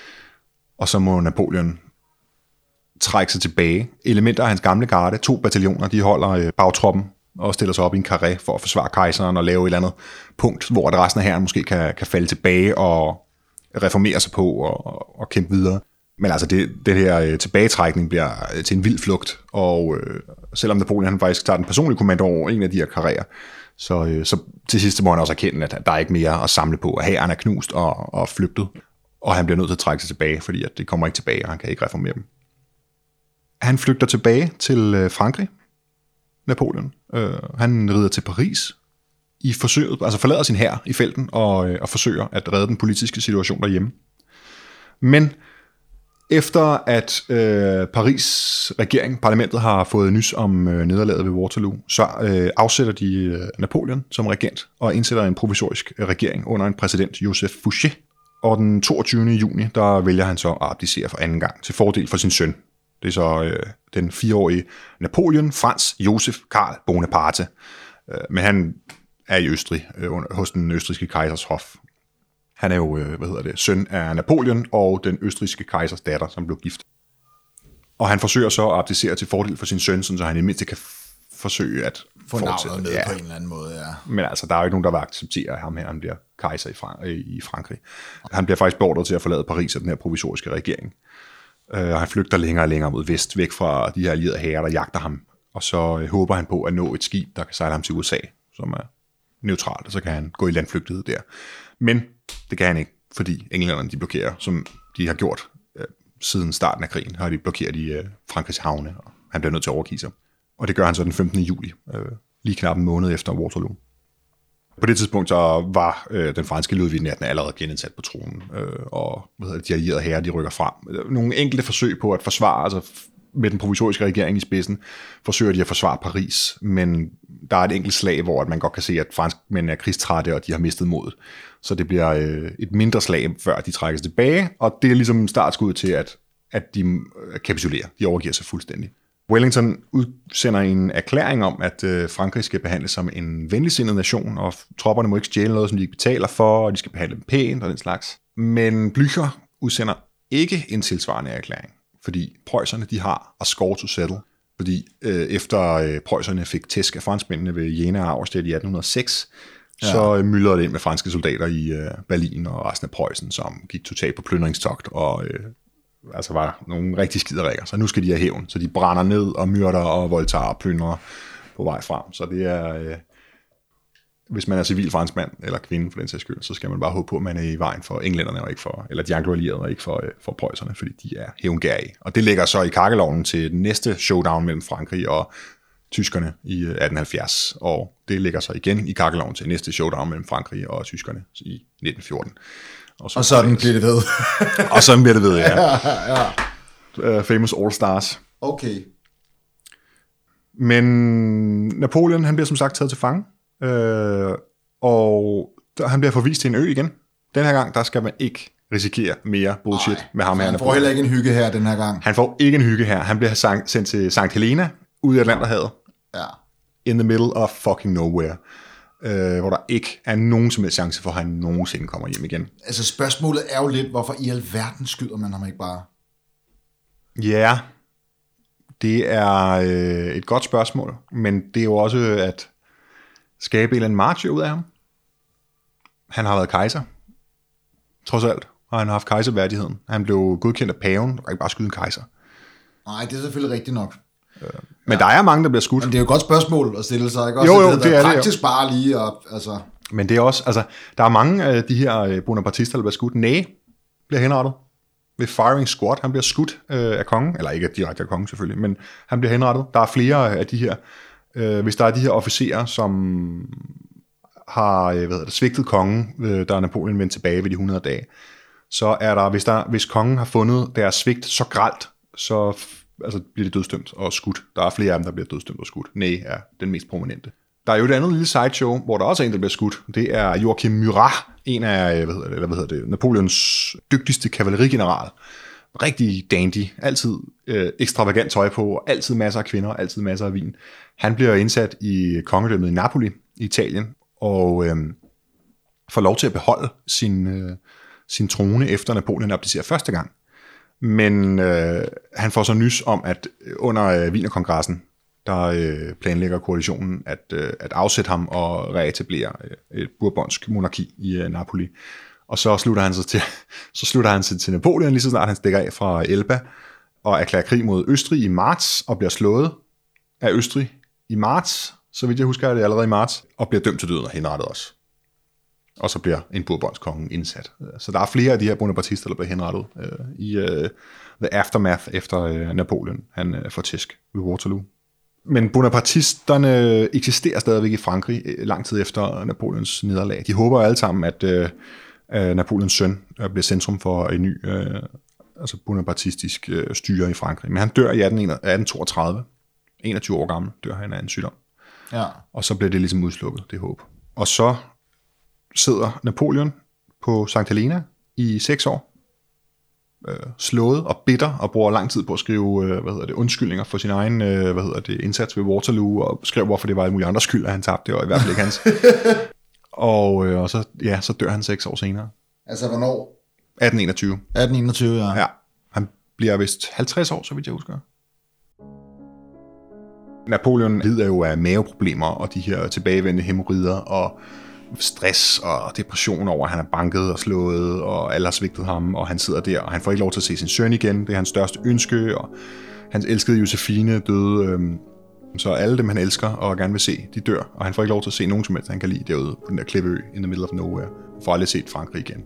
[SPEAKER 2] Og så må Napoleon trække sig tilbage. Elementer af hans gamle garde, to bataljoner, de holder bagtroppen og stiller sig op i en karré for at forsvare kejseren og lave et eller andet punkt, hvor resten af hæren måske kan, kan falde tilbage og reformere sig på og, og kæmpe videre. Men altså, det, det her tilbagetrækning bliver til en vild flugt, og øh, selvom Napoleon han faktisk tager den personlige kommando over en af de her karréer, så, øh, så til sidst må han også erkende, at der er ikke mere at samle på, at hæren er knust og, og flygtet. Og han bliver nødt til at trække sig tilbage, fordi at det kommer ikke tilbage, og han kan ikke reformere dem. Han flygter tilbage til Frankrig, Napoleon. Øh, han rider til Paris i forsøget, altså forlader sin hær i felten og, og forsøger at redde den politiske situation derhjemme. Men efter at øh, Paris regering, parlamentet har fået nys om øh, nederlaget ved Waterloo, så øh, afsætter de øh, Napoleon som regent og indsætter en provisorisk øh, regering under en præsident, Joseph Fouché. Og den toogtyvende juni, der vælger han så at abdicere for anden gang til fordel for sin søn. Det er så øh, den fireårige Napoleon Franz Joseph Karl Bonaparte. Øh, men han er i Østrig, øh, hos den østrigske kejsers hof. Han er jo, øh, hvad hedder det, søn af Napoleon og den østrigske kejsers datter, som blev gift. Og han forsøger så at abdicere til fordel for sin søn, så han i det mindste kan forsøge at
[SPEAKER 1] få navnet med ja. på en eller anden måde, ja.
[SPEAKER 2] Men altså, der er jo ikke nogen, der vil acceptere ham her. Han bliver kejser i, Frank- i Frankrig. Han bliver faktisk beordret til at forlade Paris af den her provisoriske regering. Uh, og han flygter længere og længere mod vest, væk fra de her allierede hære, der jagter ham. Og så uh, håber han på at nå et skib, der kan sejle ham til U S A, som er neutralt, og så kan han gå i landflygtighed der. Men det kan han ikke, fordi englænderne de blokerer, som de har gjort uh, siden starten af krigen, har de blokeret i uh, Frankrigs havne, og han bliver nødt til at overgive sig. Og det gør han så den femtende juli, uh, lige knap en måned efter Waterloo. På det tidspunkt så var øh, den franske Ludvig den attende allerede genindsat på tronen, øh, og hvad hedder det, de allierede hære, de rykker frem. Nogle enkelte forsøg på at forsvare, altså med den provisoriske regering i spidsen, forsøger de at forsvare Paris, men der er et enkelt slag, hvor man godt kan se, at franskmændene er krigstrætte, og de har mistet modet. Så det bliver øh, et mindre slag, før de trækkes tilbage, og det er ligesom startskud til, at, at de kapitulerer. De overgiver sig fuldstændig. Wellington udsender en erklæring om, at øh, Frankrig skal behandles som en venligsindet nation, og tropperne må ikke stjæle noget, som de ikke betaler for, og de skal behandle dem pænt og den slags. Men Blücher udsender ikke en tilsvarende erklæring, fordi preusserne de har a score to settle, fordi øh, efter øh, preusserne fik tæsk af franskmændene ved Jena og Auerstedt i atten hundrede og seks, ja. så øh, myldrede det ind med franske soldater i øh, Berlin og resten af Preussen, som gik totalt på plyndringstogt og øh, altså var nogle rigtig skiderikker, så nu skal de have hævn. Så de brænder ned og myrder og voldtager og plyndrer på vej frem. Så det er, øh, hvis man er civil franskmand eller kvinde for den sags skyld, så skal man bare håbe på, at man er i vejen for englænderne og ikke for, eller de anglo-allierede og ikke for, øh, for preusserne, fordi de er hævngærige. Og det ligger så i kakkelovnen til den næste showdown mellem Frankrig og tyskerne i atten halvfjerds, og det ligger så igen i kakkelovnen til næste showdown mellem Frankrig og tyskerne i nitten fjorten.
[SPEAKER 1] Og, så og sådan bliver det ved.
[SPEAKER 2] og sådan bliver det ved, ja. ja, ja. Uh, famous All Stars.
[SPEAKER 1] Okay.
[SPEAKER 2] Men Napoleon, han bliver som sagt taget til fange, uh, og der, han bliver forvist til en ø igen. Den her gang, der skal man ikke risikere mere bullshit Ej, med ham her.
[SPEAKER 1] Han får heller ikke en hygge her den her gang.
[SPEAKER 2] Han får ikke en hygge her. Han bliver sendt til Sankt Helena, ud i Atlanterhavet.
[SPEAKER 1] Ja.
[SPEAKER 2] In the middle of fucking nowhere. Øh, hvor der ikke er nogen som helst chance for, at han nogensinde kommer hjem igen.
[SPEAKER 1] Altså spørgsmålet er jo lidt, hvorfor i alverden skyder man ham ikke bare?
[SPEAKER 2] Ja, det er øh, et godt spørgsmål, men det er jo også at skabe en eller anden march ud af ham. Han har været kejser, trods alt, og han har haft kejserværdigheden. Han blev godkendt af paven, der kan ikke bare skyde en kejser.
[SPEAKER 1] Nej, det er selvfølgelig rigtigt nok.
[SPEAKER 2] Men ja. Der er mange, der bliver skudt.
[SPEAKER 1] Men det er jo et godt spørgsmål at stille sig, ikke? Også
[SPEAKER 2] jo, jo,
[SPEAKER 1] det,
[SPEAKER 2] det er
[SPEAKER 1] praktisk
[SPEAKER 2] det,
[SPEAKER 1] bare lige op, altså.
[SPEAKER 2] Men det er også, altså, der er mange af de her bonapartister, der bliver skudt. Næh, bliver henrettet ved firing squad. Han bliver skudt øh, af kongen, eller ikke direkte af kongen selvfølgelig, men han bliver henrettet. Der er flere af de her, øh, hvis der er de her officerer, som har hvad hedder det, svigtet kongen, øh, der er Napoleon vendt tilbage ved de hundrede dage, så er der, hvis, der, hvis kongen har fundet deres svigt så grelt, så altså bliver det dødsdømt og skudt. Der er flere af dem, der bliver dødsdømt og skudt. Næh er den mest prominente. Der er jo et andet lille sideshow, hvor der også er en, der bliver skudt. Det er Joachim Murat, en af hvad hedder det, eller hvad hedder det, Napoleons dygtigste kavalerigeneral. Rigtig dandy, altid øh, ekstravagant tøj på, altid masser af kvinder, altid masser af vin. Han bliver indsat i kongedømmet i Napoli, i Italien, og øh, får lov til at beholde sin, øh, sin trone, efter Napoleon abdicerer første gang. Men øh, han får så nys om, at under øh, Wienerkongressen, der øh, planlægger koalitionen at, øh, at afsætte ham og reetablere øh, et bourbonsk monarki i øh, Napoli. Og så slutter han sig til, så slutter han sig til Napoleon, lige så snart han stikker af fra Elba, og erklærer krig mod Østrig i marts, og bliver slået af Østrig i marts, så vidt jeg husker, er det allerede i marts, og bliver dømt til døden og henrettet også. Og så bliver en bourbonsk konge indsat. Så der er flere af de her bonapartister, der bliver henrettet øh, i øh, the aftermath efter øh, Napoleon, han øh, får tæsk ved Waterloo. Men bonapartisterne eksisterer stadigvæk i Frankrig øh, lang tid efter Napoleons nederlag. De håber alle sammen, at øh, Napoleons søn øh, bliver centrum for en ny øh, altså bonapartistisk øh, styre i Frankrig. Men han dør i atten toogtredive. enogtyve år gammel dør han af en sygdom.
[SPEAKER 1] Ja.
[SPEAKER 2] Og så bliver det ligesom udslukket, det håb. Og så sidder Napoleon på Sankt Helena i seks år, øh, slået og bitter, og bruger lang tid på at skrive øh, hvad hedder det, undskyldninger for sin egen øh, hvad hedder det, indsats ved Waterloo, og skrev, hvorfor det var en mulig andres skyld, at han tabte. Det var i hvert fald ikke hans. og, øh, og så, ja, så dør han seks år senere.
[SPEAKER 1] Altså hvornår?
[SPEAKER 2] atten enogtyve.
[SPEAKER 1] atten enogtyve, ja.
[SPEAKER 2] Ja, han bliver vist halvtreds år, så vidt jeg husker. Napoleon lider jo af maveproblemer og de her tilbagevendende hæmorider og stress og depression over, at han er banket og slået, og alle har svigtet ham, og han sidder der, og han får ikke lov til at se sin søn igen. Det er hans største ønske, og hans elskede Josefine døde. Øhm, så alle dem, han elsker og gerne vil se, de dør, og han får ikke lov til at se nogen som helst, han kan lide derude på den der klippeø in the middle of nowhere. Han får aldrig set Frankrig igen.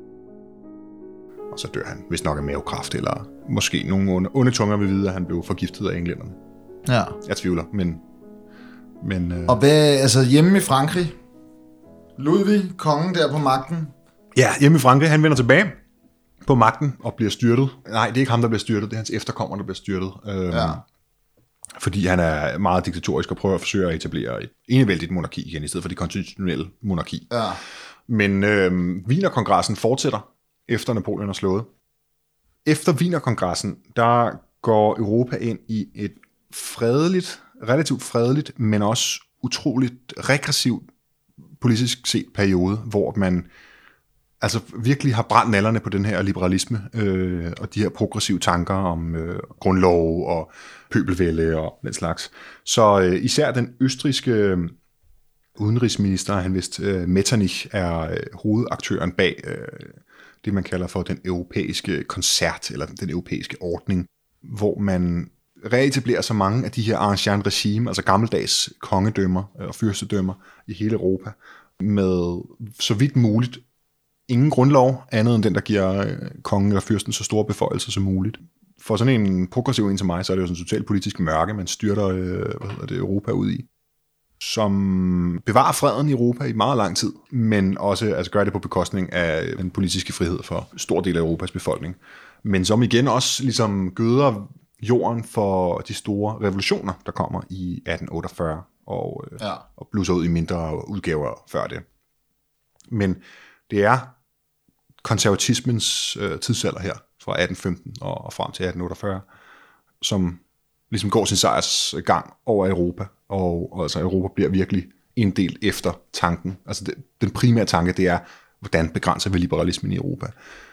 [SPEAKER 2] Og så dør han, hvis nok af mavekræft, eller måske nogle onde, onde tunger vil vide, at han blev forgiftet af englænderne.
[SPEAKER 1] Ja.
[SPEAKER 2] Jeg tvivler, men... men øh...
[SPEAKER 1] Og hvad, altså hjemme i Frankrig, Ludvig, kongen der på magten?
[SPEAKER 2] Ja, hjemme i Frankrig, han vender tilbage på magten og bliver styrtet. Nej, det er ikke ham, der bliver styrtet, det er hans efterkommer, der bliver styrtet. Øhm, ja. Fordi han er meget diktatorisk og prøver at forsøge at etablere et enevældigt monarki igen, i stedet for det konstitutionelle monarki.
[SPEAKER 1] Ja.
[SPEAKER 2] Men øhm, Wienerkongressen fortsætter, efter Napoleon er slået. Efter Wienerkongressen, der går Europa ind i et fredeligt, relativt fredeligt, men også utroligt regressivt politisk set periode, hvor man altså virkelig har brændt nallerne på den her liberalisme øh, og de her progressive tanker om øh, grundlov og pøbelvælde og den slags. Så øh, især den østrigske øh, udenrigsminister, han vist øh, Metternich, er øh, hovedaktøren bag øh, det, man kalder for den europæiske koncert, eller den europæiske ordning, hvor man reetablerer så mange af de her ancien regime, altså gammeldags kongedømmer og fyrstedømmer i hele Europa, med så vidt muligt ingen grundlov, andet end den, der giver kongen eller fyrsten så store beføjelser som muligt. For sådan en progressiv en til mig, så er det jo sådan en totalt politisk mørke, man styrter øh, hvad hedder det, Europa ud i, som bevarer freden i Europa i meget lang tid, men også altså, gør det på bekostning af den politiske frihed for stor del af Europas befolkning. Men som igen også ligesom gøder jorden for de store revolutioner, der kommer i atten otteogfyrre, og, øh, ja. og blusser ud i mindre udgaver før det. Men det er konservatismens øh, tidsalder her, fra atten femten og, og frem til atten otteogfyrre, som ligesom går sin sejrsgang over Europa, og, og altså Europa bliver virkelig inddelt efter tanken. Altså det, den primære tanke, det er, hvordan begrænser vi liberalismen i Europa,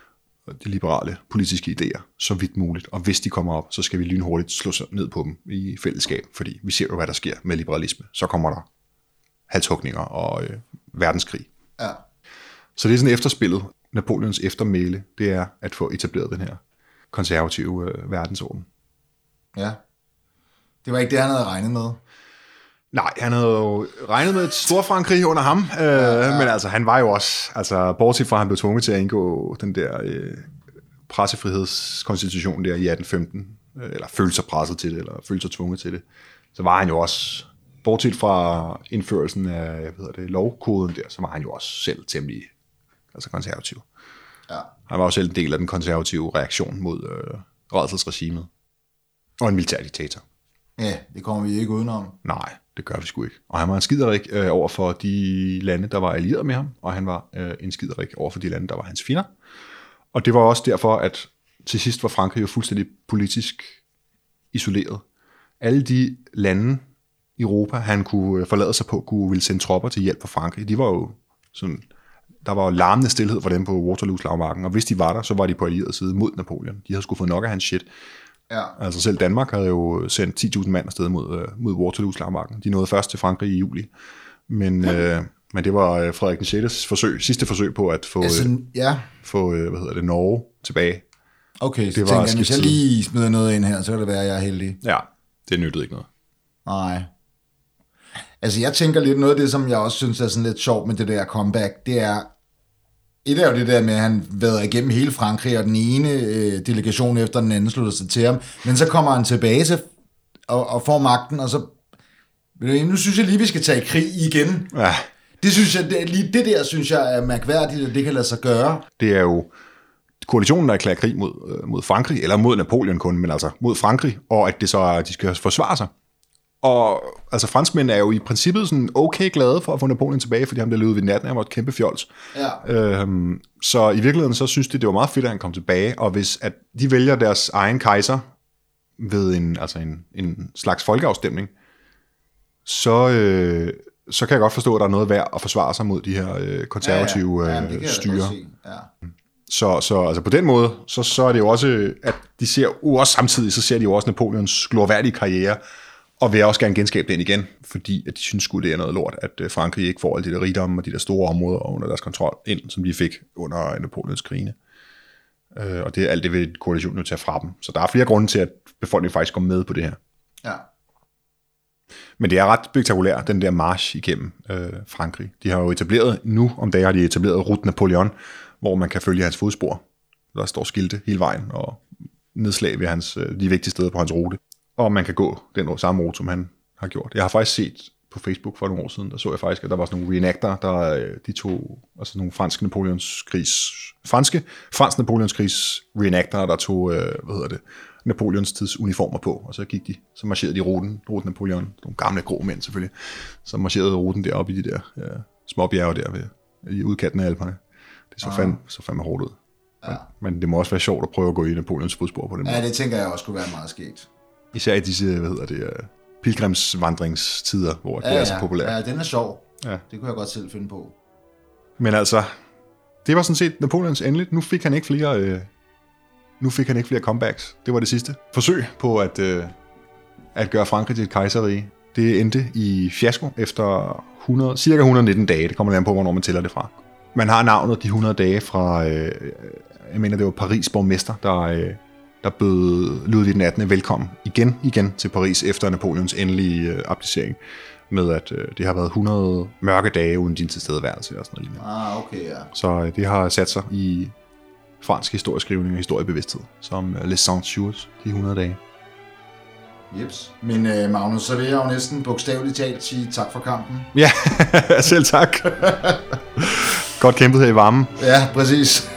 [SPEAKER 2] de liberale politiske idéer, så vidt muligt. Og hvis de kommer op, så skal vi lynhurtigt slå ned på dem i fællesskab, fordi vi ser jo, hvad der sker med liberalisme. Så kommer der halshugninger og øh, verdenskrig.
[SPEAKER 1] Ja.
[SPEAKER 2] Så det er sådan efterspillet, Napoleons eftermæle, det er at få etableret den her konservative øh, verdensorden.
[SPEAKER 1] Ja. Det var ikke det, han havde regnet med.
[SPEAKER 2] Nej, han havde jo regnet med et Storfrankrig under ham, øh, ja, ja. Men altså, han var jo også, altså bortset fra, at han blev tvunget til at indgå den der øh, pressefrihedskonstitution der i atten femten, øh, eller følte sig presset til det, eller følte sig tvunget til det, så var han jo også, bortset fra indførelsen af, hvad hedder det, lovkoden der, så var han jo også selv temmelig altså konservativ.
[SPEAKER 1] Ja.
[SPEAKER 2] Han var jo selv en del af den konservative reaktion mod øh, rædselsregimet, og en militær diktator.
[SPEAKER 1] Ja, det kommer vi ikke udenom.
[SPEAKER 2] Nej, det gør vi sgu ikke. Og han var en skiderik øh, over for de lande, der var allieret med ham, og han var øh, en skiderik over for de lande, der var hans fjender. Og det var også derfor, at til sidst var Frankrig jo fuldstændig politisk isoleret. Alle de lande i Europa, han kunne forlade sig på, kunne ville sende tropper til hjælp for Frankrig, de var jo sådan, der var jo larmende stilhed for dem på Waterloo-slagmarken, og hvis de var der, så var de på allieret side mod Napoleon. De havde sgu fået nok af hans shit. Ja. Altså selv Danmark havde jo sendt ti tusind mand afsted mod, mod Waterloo-slagmarken. De nåede først til Frankrig i juli. Men, ja. øh, men det var Frederik den sjette forsøg, sidste forsøg på at få, altså, ja. få hvad hedder det, Norge tilbage.
[SPEAKER 1] Okay, det så var tænker jeg, hvis jeg lige smider noget ind her, så kan det være, at jeg er heldig.
[SPEAKER 2] Ja, det nyttede ikke noget.
[SPEAKER 1] Nej. Altså jeg tænker lidt, noget af det, som jeg også synes er sådan lidt sjovt med det der comeback, det er, et er jo det der med, at han været igennem hele Frankrig, og den ene øh, delegation efter den anden slutter sig til ham, men så kommer han tilbage til, og, og får magten, og så, nu synes jeg lige, vi skal tage krig igen.
[SPEAKER 2] Ja.
[SPEAKER 1] Det synes jeg, det, lige det der synes jeg er mærkværdigt, at det kan lade sig gøre.
[SPEAKER 2] Det er jo koalitionen, der erklærer krig mod, mod Frankrig, eller mod Napoleon kun, men altså mod Frankrig, og at det så at de skal forsvare sig. Og altså franskmænd er jo i princippet sådan okay glade for at få Napoleon tilbage, fordi han blev løbet ved natten, han var et kæmpe fjols.
[SPEAKER 1] Ja.
[SPEAKER 2] Øhm, så i virkeligheden så synes de, det var meget fedt, at han kom tilbage, og hvis at de vælger deres egen kejser ved en, altså en, en slags folkeafstemning, så, øh, så kan jeg godt forstå, at der er noget værd at forsvare sig mod de her øh, konservative
[SPEAKER 1] ja, ja. Ja,
[SPEAKER 2] øh, styre.
[SPEAKER 1] Ja.
[SPEAKER 2] Så, så altså på den måde, så, så er det jo også, at de ser jo også samtidig, så ser de jo også Napoleons glorværdige karriere, Og vil også gerne genskabe den igen, fordi at de synes sgu, det er noget lort, at Frankrig ikke får alle de der rigdomme og de der store områder under deres kontrol ind, som de fik under Napoleons krigene. Og det er alt det, vil koalitionen jo tage fra dem. Så der er flere grunde til, at befolkningen faktisk går med på det her.
[SPEAKER 1] Ja.
[SPEAKER 2] Men det er ret spektakulært, den der march igennem øh, Frankrig. De har jo etableret, nu om dagen har de etableret Route Napoleon, hvor man kan følge hans fodspor. Der står skilte hele vejen og nedslag ved hans, de vigtige steder på hans rute. Og man kan gå den samme rute, som han har gjort. Jeg har faktisk set på Facebook for nogle år siden, der så jeg faktisk, at der var sådan nogle reenactor, der de tog, altså nogle franske Napoleonskrigs, franske, fransk Napoleonskrigs reenactor, der tog, øh, hvad hedder det, Napoleons tids uniformer på, og så gik de, så marcherede de ruten, ruten Napoleon, nogle gamle grå mænd selvfølgelig, så marcherede ruten deroppe i de der ja, små bjerge der ved, i udkanten af Alperne. Det så fandme, så fandme hårdt ud. Ja. Men, men det må også være sjovt at prøve at gå i Napoleons fodspor på den måde.
[SPEAKER 1] Ja, det tænker jeg også kunne være meget skægt.
[SPEAKER 2] Især i disse, hvad hedder det, pilgrimsvandringstider, hvor
[SPEAKER 1] ja,
[SPEAKER 2] det er så
[SPEAKER 1] ja.
[SPEAKER 2] populært.
[SPEAKER 1] Ja, den er sjov.
[SPEAKER 2] Ja.
[SPEAKER 1] Det kunne jeg godt selv finde på.
[SPEAKER 2] Men altså, det var sådan set Napoleons endeligt. Nu fik han ikke flere, øh, nu fik han ikke flere comebacks. Det var det sidste forsøg på at, øh, at gøre Frankrig til et kejserrige. Det endte i fiasko efter hundrede, cirka et hundrede og nitten dage. Det kommer an på, hvornår man tæller det fra. Man har navnet de hundrede dage fra, øh, jeg mener det var Paris borgmester, der, øh, der bød Ludvig den attende velkommen igen, igen til Paris efter Napoleons endelige øh, abdicering. Med at øh, det har været hundrede mørke dage uden din tilstedeværelse og sådan noget lignende.
[SPEAKER 1] Ah, okay, ja.
[SPEAKER 2] Så øh, det har sat sig i fransk historieskrivning og historiebevidsthed, som øh, Les cent jours, de hundrede dage.
[SPEAKER 1] Jeps. Men øh, Magnus, så vil jeg jo næsten bogstaveligt talt sige tak for kampen.
[SPEAKER 2] Ja, selv tak. Godt kæmpet her i varmen.
[SPEAKER 1] Ja, præcis.